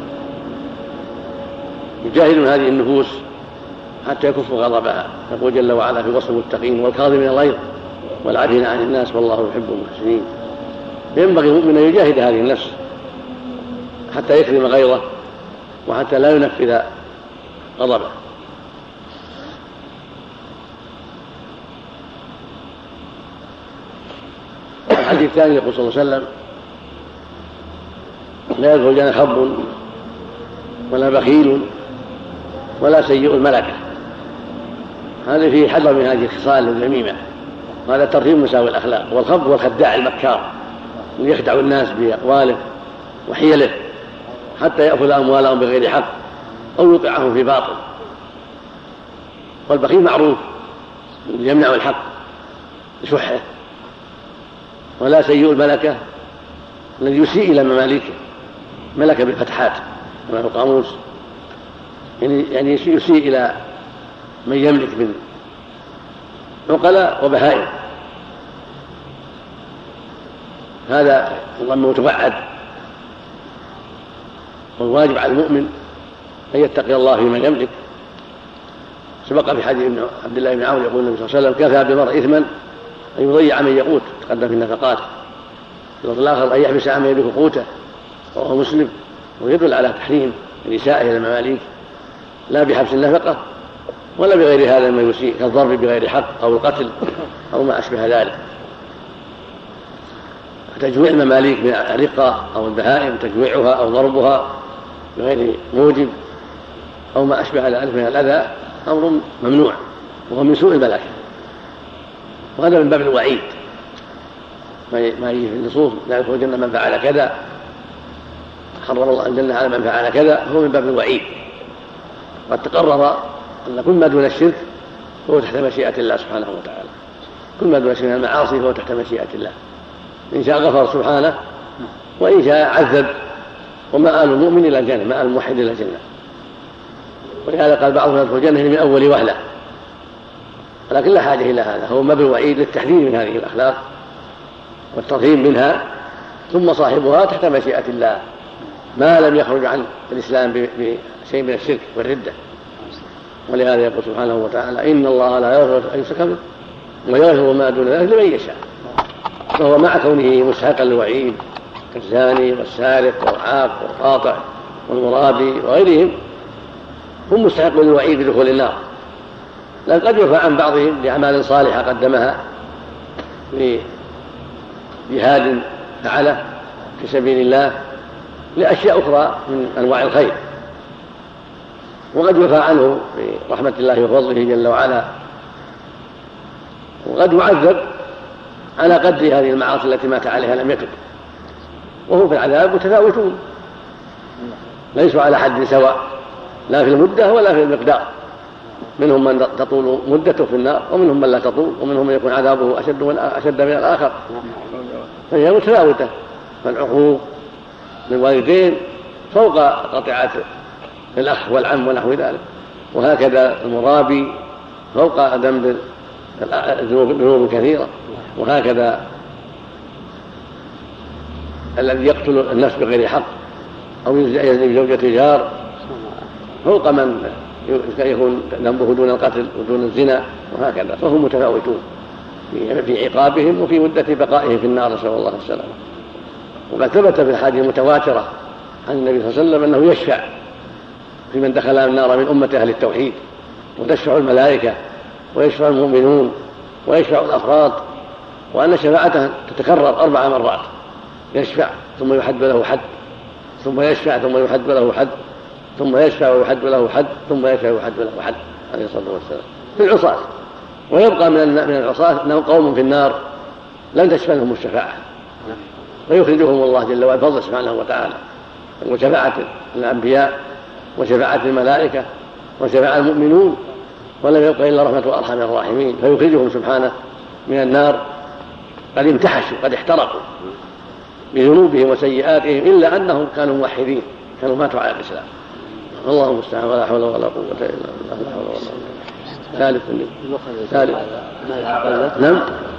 يجاهدون هذه النفوس حتى يكفوا غضبها. يقول جل وعلا في وصف المتقين: والكاظمين الغيظ والعافين عن الناس والله يحب المحسنين. ينبغي المؤمن أن يجاهد هذه النفس حتى يكرم غيظه وحتى لا ينفذ غضبه. الحديث الثاني يقول صلى الله عليه وسلم: لا يدخل الجنة خب ولا بخيل ولا سيء الملكة. هذا فيه حذر من هذه الخصال الذميمة، وهذا ترتيب مساوي الأخلاق. والخب هو الخداع المكار الذي يخدع الناس بأقواله وحيله حتى يأخذ أموالهم بغير حق أو يوقعهم في باطل. والبخيل معروف يمنع الحق بشحه. ولا سيء الملكة الذي يسيء إلى مماليكه، ملكة بالفتحات كما في القاموس، يعني يسيء إلى من يملك من عقلاء وبهائم. هذا ضمه تبعد. والواجب على المؤمن أن يتقي الله فيمن يملك. سبق في حديث عبد الله بن عون يقول النبي صلى الله عليه وسلم: كفى بالمرء إثما أن يضيع من يقوت، تقدم في النفقات. اللفظ الآخر: أن يحبس عن يملك قوته، وهو مسلم. ويدل على تحريم الإساءة إلى المماليك، لا بحبس النفقة ولا بغير هذا ما يسيء، كالضرب بغير حق أو القتل أو ما أشبه ذلك. تجويع المماليك من الرقة أو البهائم، تجويعها أو ضربها بغير موجب أو ما أشبه ذلك من الأذى أمر ممنوع، وهو من سوء الملكة. وهذا من باب الوعيد، ما يجي في النصوص: لا يدخل الجنة من فعل كذا، حرم الله الجنة على من فعل كذا هو من باب الوعيد. قد تقرر أن كل ما دون الشرك هو تحت مشيئة الله سبحانه وتعالى، كل ما دون الشرك من المعاصي هو تحت مشيئة الله، إن شاء غفر سبحانه وإن شاء عذب، ومآل المؤمن إلى الجنة، مآل الموحد إلى الجنة. ولهذا قال بعضهم يدخل الجنة من أول وهلة، ولكن لا حاجة إلى هذا، هو باب الوعيد للتحذير من هذه الأخلاق والترهيب منها، ثم صاحبها تحت مشيئة الله ما لم يخرج عن الإسلام بشيء من الشرك والردة. ولهذا يقول سبحانه وتعالى إن الله لا يغفر أن يشرك به ويغفر ما دون ذلك لمن يشاء. فهو مع كونه مستحقا للوعيد كالزاني والسارق والعاق والقاطع والمرابي وغيرهم هم مستحقون للوعيد بدخول النار، لكن قد يعفى عن بعضهم لأعمال صالحة قدمها لجهاد فعله في سبيل الله لأشياء أخرى من أنواع الخير، وقد يعفى عنه برحمة الله وفضله جل وعلا، وقد يعذب على قدر هذه المعاصي التي مات عليها لم يتب، وهم في العذاب متفاوتون ليسوا على حد سواء لا في المدة ولا في المقدار، منهم من تطول مدته في النار ومنهم من لا تطول، ومنهم من يكون عذابه أشد من, أشد من الآخر، فهي متفاوتة. فالعقوق للوالدين فوق قطيعة الأخ والعم ونحو ذلك، وهكذا المرابي فوق ذنب الذنوب كثيرة، وهكذا الذي يقتل النفس بغير حق أو يزني بزوجة جار فوق من يكون ذنبه دون القتل ودون الزنا، وهكذا فهم متفاوتون في عقابهم وفي مدة بقائهم في النار، نسأل الله السلامة. وقد ثبت في الحديث المتواترة عن النبي صلى الله عليه وسلم أنه يشفع في من دخل النار من أمة أهل التوحيد، وتشفع الملائكة ويشفع المؤمنون ويشفع الأفراد، وأن شفاعته تتكرر أربع مرات، يشفع ثم يحد له حد، ثم يشفع ثم يحد له حد، ثم يشفع ويحد له حد، ثم يشفع ويحد له حد، عليه الصلاة والسلام في العصاة. ويبقى من العصاة أنهم قوم في النار لن تشفع لهم الشفاعة، فيخرجهم الله جل وعلا بفضله سبحانه وتعالى، وشفاعة الأنبياء وشفاعة الملائكة وشفاعة المؤمنون، ولم يبقى إلا رحمة وأرحم الراحمين، فيخرجهم سبحانه من النار قد امتحشوا قد احترقوا بذنوبهم وسيئاتهم، إلا أنهم كانوا موحدين، كانوا ماتوا على الإسلام. الله المستعان، ولا حول ولا قوة إلا بالله. لا حول ولا قوة. ثالث ثالث نعم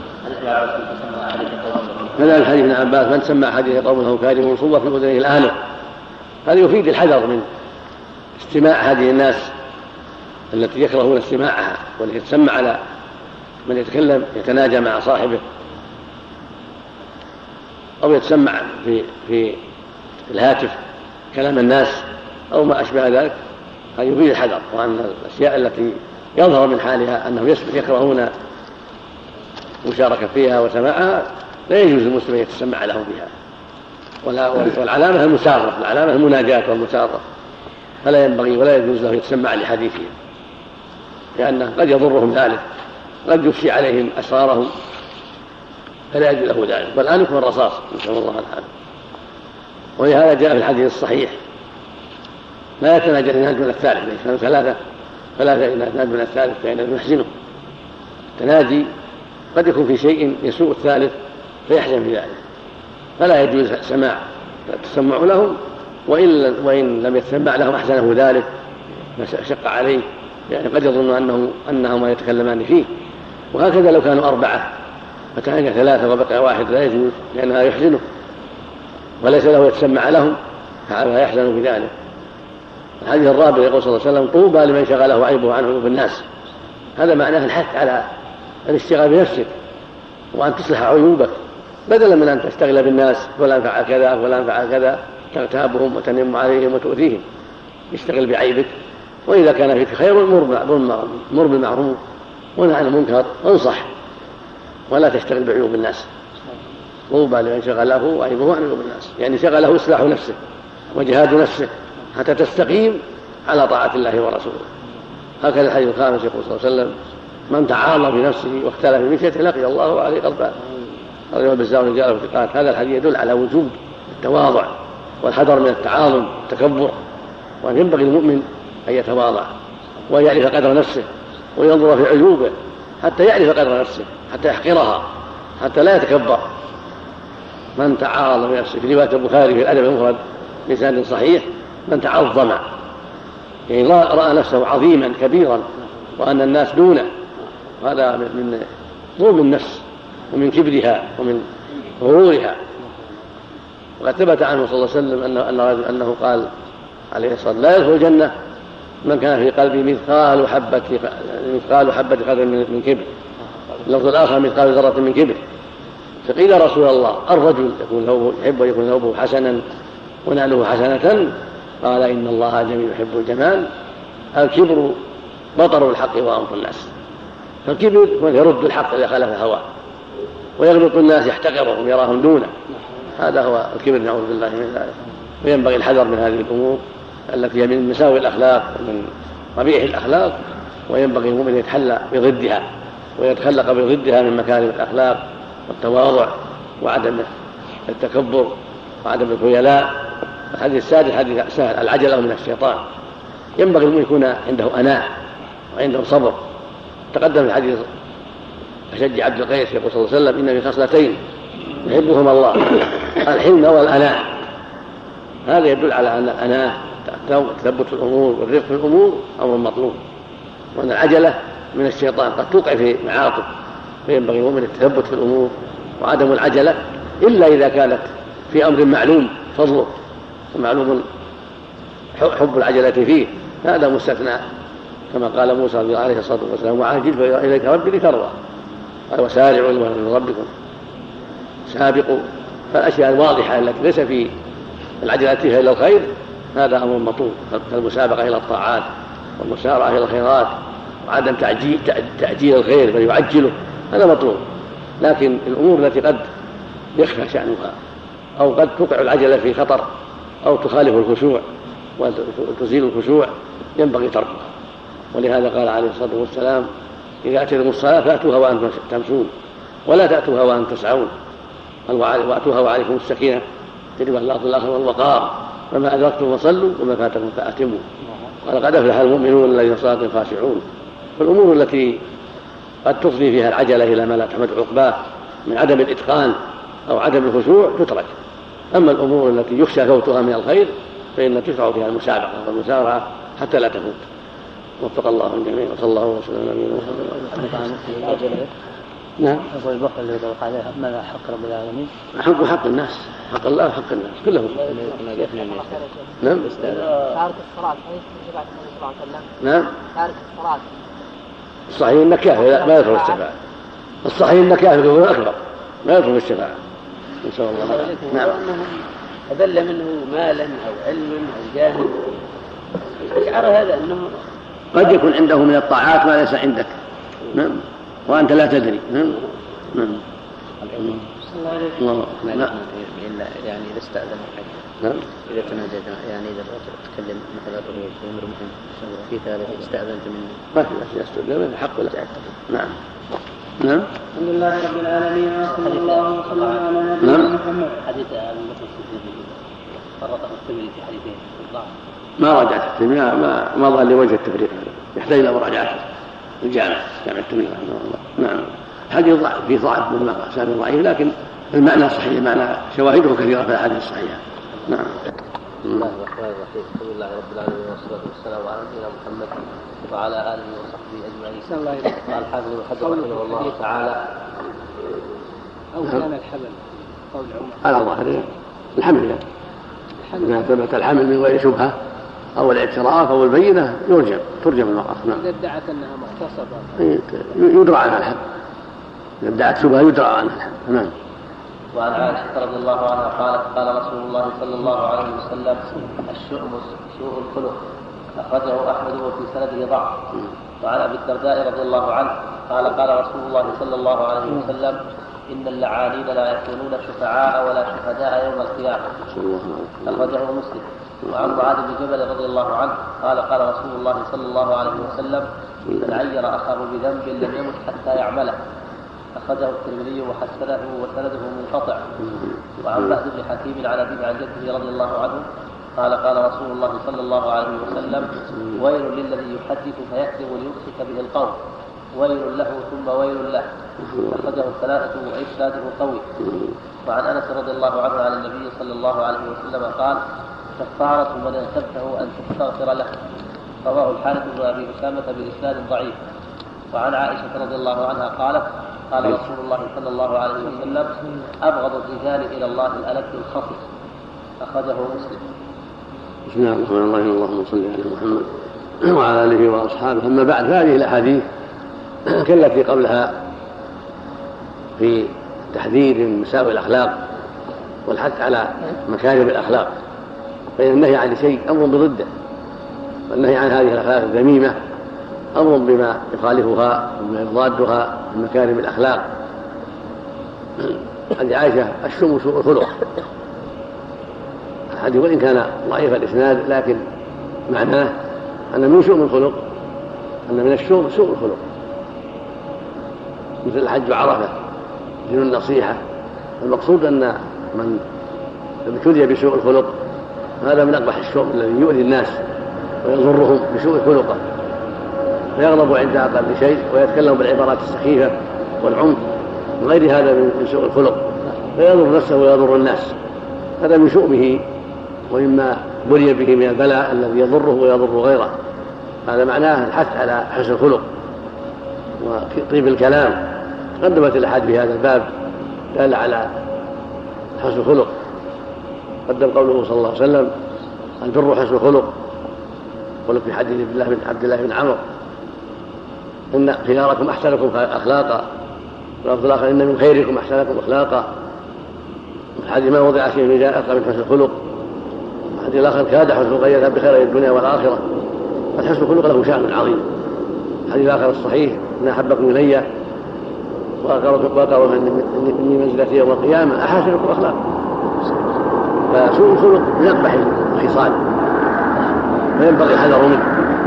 هذا الحديث ابن عباس من سمع حديث قومه كاذب صوب في أذنه الآنف، هذا يفيد الحذر من استماع هذه الناس التي يكرهون استماعها، والتي تسمع على من يتكلم يتناجى مع صاحبه أو يتسمع في في الهاتف كلام الناس أو ما أشبه ذلك، هذا يفيد الحذر، وأن الأشياء التي يظهر من حالها أنهم يكرهون مشاركة فيها وسماعها لا يجوز للمسلم أن يتسمع لهم بها، والعلامة المسارة، العلامة المناجاة والمسارة، فلا ينبغي ولا يجوز له يتسمع لحديثهم، لأنه قد يضرهم ذلك، قد يفشي عليهم أسرارهم، فلا يجوز له ذلك، والآن يكون الرصاص نسأل الله العافية. ولهذا جاء في الحديث الصحيح لا يتناجى اثنان من الثالث، ليس ثلاثة ثلاثة إلى اثنان من الثالث فإنه يحزنه. التناجي قد يكون في شيء يسوء الثالث فيحزن في ذلك، فلا يجوز سماع تسمع لهم، وإن, وإن لم يتسمع لهم أحزنه ذلك فشق عليه، يعني قد يظن أنه أنهما يتكلمان فيه. وهكذا لو كانوا أربعة فتناجى ثلاثة وبقى واحد لا يجوز، لأنها يحزنه وليس له يتسمع لهم فيحزن بذلك. الحديث الرابع يقول صلى الله عليه وسلم طوبى لمن شغله عيبه عن عيوب الناس، هذا معناه الحث على الاشتغال بنفسك وأن تصلح عيوبك، بدلا من أن تشتغل بالناس ولا فعل كذا ولا فعل كذا تغتابهم وتنم عليهم وتؤذيهم. اشتغل بعيبك، وإذا كان فيك خير مر بالمعروف ونهى عن المنكر وانصح، ولا تشتغل بعيوب الناس. طوبى لمن شغله عيبه عن عيوب الناس، يعني شغله إصلاح نفسه وجهاد نفسه حتى تستقيم على طاعة الله ورسوله. هكذا الحديث الخامس يقول صلى الله عليه وسلم من تعاظم بنفسه واختلف بمشيته لقي الله عليه غضبان. الرجل بالزاوية رجاله وثقات. هذا الحديث يدل على وجوب التواضع والحذر من التعاظم والتكبر، وأن ينبغي المؤمن أن يتواضع وأن يعرف قدر نفسه وينظر في عيوبه حتى يعرف قدر نفسه، حتى يحقرها، حتى لا يتكبر. من تعاظم نفسه، في رواية البخاري في الأدب المفرد بسند صحيح: من تعظم، يعني رأى نفسه عظيما كبيرا وأن الناس دونه، هذا من ظلم النفس ومن كبرها ومن غرورها. وقد ثبت عنه صلى الله عليه وسلم أنه, أنه قال عليه الصلاة والسلام: لا يدخل الجنة من كان في قلبه مثقال حبة مثقال حبة قدر من كبر، اللفظ الآخر مثقال ذرة من كبر. فقيل يا رسول الله: الرجل يكون له يحب أن يكون ثوبه حسنا ونعله حسنة؟ قال: إن الله جميل يحب الجمال. الكبر بطر الحق وأنف الناس، فالكبر يرد الحق إذا خالف هواه، ويغلط الناس يحتقرهم يراهم دونه، هذا هو الكبر، نعوذ بالله من ذلك. وينبغي الحذر من هذه الأمور التي هي من مساوئ الأخلاق ومن قبيح الأخلاق، وينبغي المؤمن يتحلى بضدها ويتخلق بضدها من مكارم الأخلاق والتواضع وعدم التكبر وعدم الخيلاء. الحديث السادس حديث سهل: العجلة من الشيطان. ينبغي المؤمن يكون عنده أناة وعنده صبر. تقدم الحديث أشج عبد القيس يقول صلى الله عليه وسلم: إن من خصلتين يحبهما الله، الحلم والأناة. هذا يدل على أن الأناة تثبت في الأمور والرفق في الأمور أمر مطلوب، وأن العجلة من الشيطان قد توقع في معاطف، فينبغي المؤمن التثبت في الأمور وعدم العجلة إلا إذا كانت في أمر معلوم فضله ومعلوم حب العجلة فيه، هذا مستثنى، كما قال موسى عليه الصلاة والسلام: وعاجل إليك ربي لترضى. قال: وسارعوا إلى مغفرة من ربكم، سابقوا. فالأشياء الواضحة التي ليس في العجلة فيها إلى الخير هذا أمر مطلوب، كالمسابقة إلى الطاعات والمسارعة إلى الخيرات وعدم تعجيل, تعجيل الخير بل يعجله، هذا مطلوب. لكن الأمور التي قد يخفى شأنها أو قد توقع العجلة في خطر أو تخالف الخشوع وتزيل الخشوع ينبغي تركها. ولهذا قال عليه الصلاة والسلام: إذا أتيتم الصلاة فأتوها وأنتم تمشون ولا تأتوها وأنتم تسعون، وأتوها وعليكم السكينة، تجب اللفظ الآخر والوقار، فما أدركتم فصلوا وما فاتكم فأتموا. قال: قد أفلح المؤمنون الذين صلاتهم خاشعون. فالأمور التي قد تفضي فيها العجلة إلى ما لا تحمد عقباه من عدم الإتقان أو عدم الخشوع تترك. أما الأمور التي يخشى فوتها من الخير فإن تشرع فيها المسابقة والمسارعة حتى لا تفوت. وفق الله الجميع، وصلى الله وسلم على نبينا محمد. نعم. أقول البخل اللي يطلق عليه ما حق رب العالمين، حق حق الناس، حق الله وحق الناس كلهم. نعم. تارك الصلاة شفاعة النبي صلى الله عليه وسلم. نعم. تارك الصلاة. الصحيح إنك كافر ما يدخل الشفاعة. الصحيح إنك كافر يكون أكبر ما يدخل الشفاعة إن شاء الله. نعم. أذل منه مالا أو علما أو جاها، أشعر هذا أنه قد يكون عنده من الطاعات ما ليس عندك. نعم. وأنت لا تدري. نعم. نعم. الله. نعم. يعني إذا استأذن الحج. نعم. إذا تناجد يعني إذا تتكلم مثلا في أمر مهم في ثالث استأذنت منه. ما في أشياء استأذن حق ولا. نعم. نعم. الحمد لله رب العالمين وصلى الله وسلم على نبينا محمد. حديث أبي بكر الصديق فرقه التمرين في حديثين الضعف. ما رجعت التمرين، ما ما ظهر لي وجه التفريق، يحتاج إلى مراجعته الجامع جامع التمرين رحمه الله. نعم. حديث ضعف في ضعف من المرأة سامي ضعيف، لكن المعنى صحيح، المعنى شواهده كثيرة في الأحاديث الصحيحة. نعم. بسم الله الرحمن الرحيم، الحمد لله رب العالمين والصلاة والسلام على نبينا محمد وعلى آله وصحبه أجمعين. قال الحافظ ابن حجر رحمه الله تعالى: أو كان الحمل قول على ظاهر الحمل، إذا ثبت الحمل من غير شبهة أو الاعتراف أو البينة يرجم ترجم المرأة. نعم. إذا ادعت أنها مغتصبة يدرى عنها الحمل، إذا ادعت شبهة يدرى عنها الحمل. نعم. وعن عائشة رضي الله عنها قالت: قال رسول الله صلى الله عليه وسلم: الشؤم سوء الخلق، أخرجه أحمد وفي سنده ضعف. وعن أبي الدرداء رضي الله عنه قال: قال رسول الله صلى الله عليه وسلم: إن اللعانين لا يكونون شفعاء ولا شهداء يوم القيامة. أخرجه مسلم. وعن معاذ بن جبل رضي الله عنه قال: قال رسول الله صلى الله عليه وسلم: من عير أخاه بذنب لم يمت حتى يعمله. أخرجه الترمذي وحسنه وسنده منقطع. وعن بهز بن حكيم عن أبيه عن جده رضي الله عنه قال قال رسول الله صلى الله عليه وسلم ويل للذي يحدث فيكذب ليمسك به القول ويل له ثم ويل له. أخرجه الثلاثة وإسناده قوي. وعن أنس رضي الله عنه عن النبي صلى الله عليه وسلم قال كفارة من انتبته أن تستغفر له. رواه الحارث بن أبي أسامة بإسناد ضعيف. وعن عائشة رضي الله عنها قالت قال رسول الله صلى الله عليه وسلم أبغض الرجال إلى الله الألد الخصف. أخرجه مسلم. بسم الله الرحمن الرحيم. اللهم صل على محمد وعلى آله وأصحابه. أما بعد، هذه الأحاديث كالتي قبلها في تحذير من مساوئ الأخلاق والحث على مكارم الأخلاق، فإن النهي عن شيء أمر بضده، والنهي عن هذه الأخلاق الذميمة أمر بما يخالفها وما يضادها من مكارم الأخلاق. عند عائشة الشم سوء الخلق، الحديث وإن كان ضعيف الإسناد لكن معناه أن من شؤم الخلق أن من الشؤم سوء الخلق، مثل الحج وعرفة دين النصيحة. المقصود أن من ابتلي بسوء الخلق هذا من أقبح الشؤم الذي يؤذي الناس ويضرهم بسوء خلقه، فيغضب عند أقل شيء ويتكلم بالعبارات السخيفة والعنف من غير هذا من سوء الخلق، فيضر نفسه ويضر الناس. هذا من شؤمه ومما بلي به من البلاء الذي يضره ويضر غيره. هذا معناه الحث على حسن الخلق وطيب الكلام. قدمت الأحاديث في هذا الباب دال على حسن الخلق. قدم قوله صلى الله عليه وسلم البر حسن الخلق، قل في حديث عبد الله بن عبد الله بن عمرو إن خياركم أحسنكم أخلاقا، والأفضل الآخر إن من خيركم أحسنكم أخلاقا. الحديث ما وضع شيء من أقل من حسن الخلق. الحديث الآخر كاد حسن الخلق يذهب بخير الدنيا والآخرة. فحسن الخلق له شأن عظيم. الحديث الآخر الصحيح إن أحبكم إلي وأقرب إني منزلتي يوم القيامة أحسنكم أخلاقا. فسوء الخلق من أقبح الخصال فينبغي الحذر منه.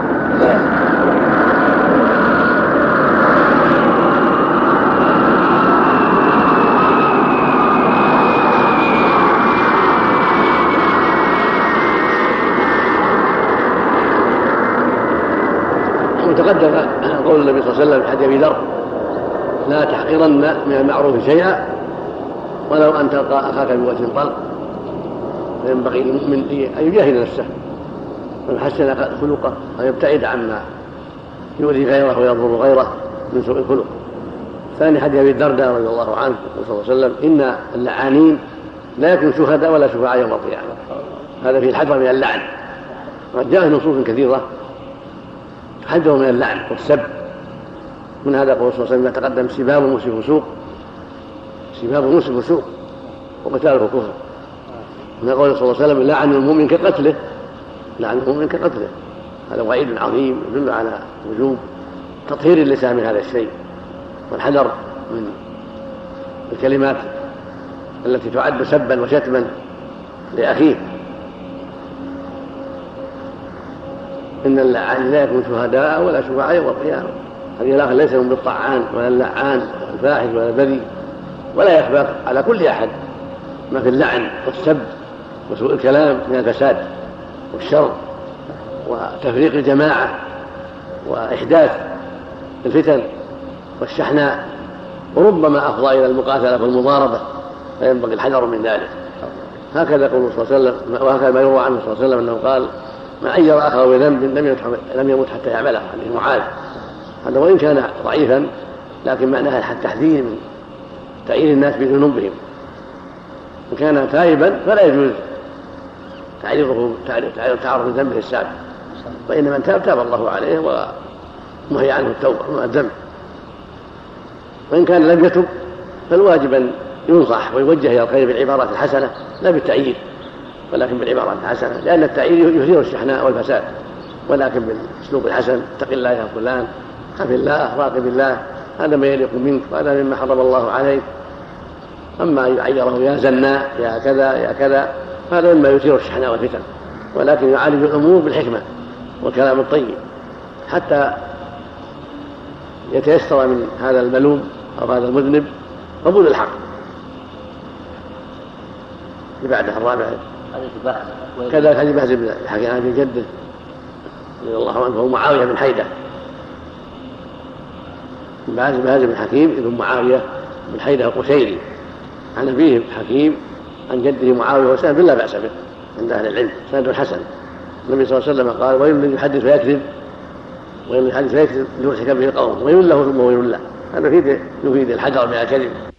وتقدم قول النبي صلى الله عليه وسلم في حديث أبي ذر لا تحقرن من المعروف شيئا ولو أن تلقى أخاك بوجه طلق. فينبغي للمؤمن أن يجاهد نفسه ويحسن خلقه ويبتعد عما يؤذي غيره ويضر غيره من سوء الخلق. ثاني حديث أبي الدرداء رضي الله عنه صلى الله عليه وسلم إن اللعانين لا يكون شهداء ولا شفعاء يوم القيامة. هذا فيه الحذر من اللعن، وقد جاء نصوص كثيرة حذر من اللعن والسب. من هذا قول صلى الله عليه وسلم تقدم سباب المسلم فسوق، سباب المسلم فسوق وقتاله كفر. من قول صلى الله عليه وسلم لعن المؤمن كقتله، لعن المؤمن كقتله. هذا وعيد عظيم يدل على وجوب تطهير اللسان من هذا الشيء والحذر من الكلمات التي تعد سبا وشتما لأخيه. إن اللعان لا يكون شهداء ولا شفعاء يوم القيامة. هذه الآخر ليس من بالطعان ولا اللعان الفاحش ولا البذيء، ولا يخفى على كل أحد ما في اللعن والسب وسوء الكلام من الفساد والشر وتفريق الجماعة وإحداث الفتن والشحناء، وربما أفضى إلى المقاتلة والمضاربة، فينبغي الحذر من ذلك. هكذا يقول صلى الله عليه وسلم، وهكذا ما يروى عنه صلى الله عليه وسلم أنه قال ما عير أخاه بذنب لم يمت حتى يعمله، عن معاذ. هذا وإن كان ضعيفا لكن معناه التحذير من تعيير الناس بذنوبهم. إن كان تائبا فلا يجوز تعريضه تعرض ذنبه السابق، فإن من تاب تاب الله عليه ومحي عنه التوبة والذنب. وإن كان لم يتب فالواجب أن ينصح ويوجه إلى الخير بالعبارات الحسنة لا بالتعيير، ولكن بالعبارات الحسنة، لأن التعيير يثير الشحناء والفساد، ولكن بالأسلوب الحسن اتق الله يا فلان، خف الله، راقب الله، هذا ما يليق منك وهذا مما حرم الله عليك. أما يعيره يا زنا يا كذا يا كذا هذا مما يثير الشحناء والفتن، ولكن يعالج الأمور بالحكمة والكلام الطيب حتى يتيسر من هذا الملوم أو هذا المذنب قبول الحق. اللي بعده الرابع كذلك حديث بهز بن الحكيم عن جده رضي الله عنه هو معاوية بن حيدة. بهز بن حكيم ابن معاوية بن حيدة القشيري عن أبيه حكيم عن جده معاوية وسند لا بأس به عند أهل العلم، سند حسن. النبي صلى الله عليه وسلم قال: ويل من يحدث ويكذب ويل من يحدث ويكذب ليضحك به القوم ويل له ثم ويل له. هذا يفيد يفيد الحذر من الكذب.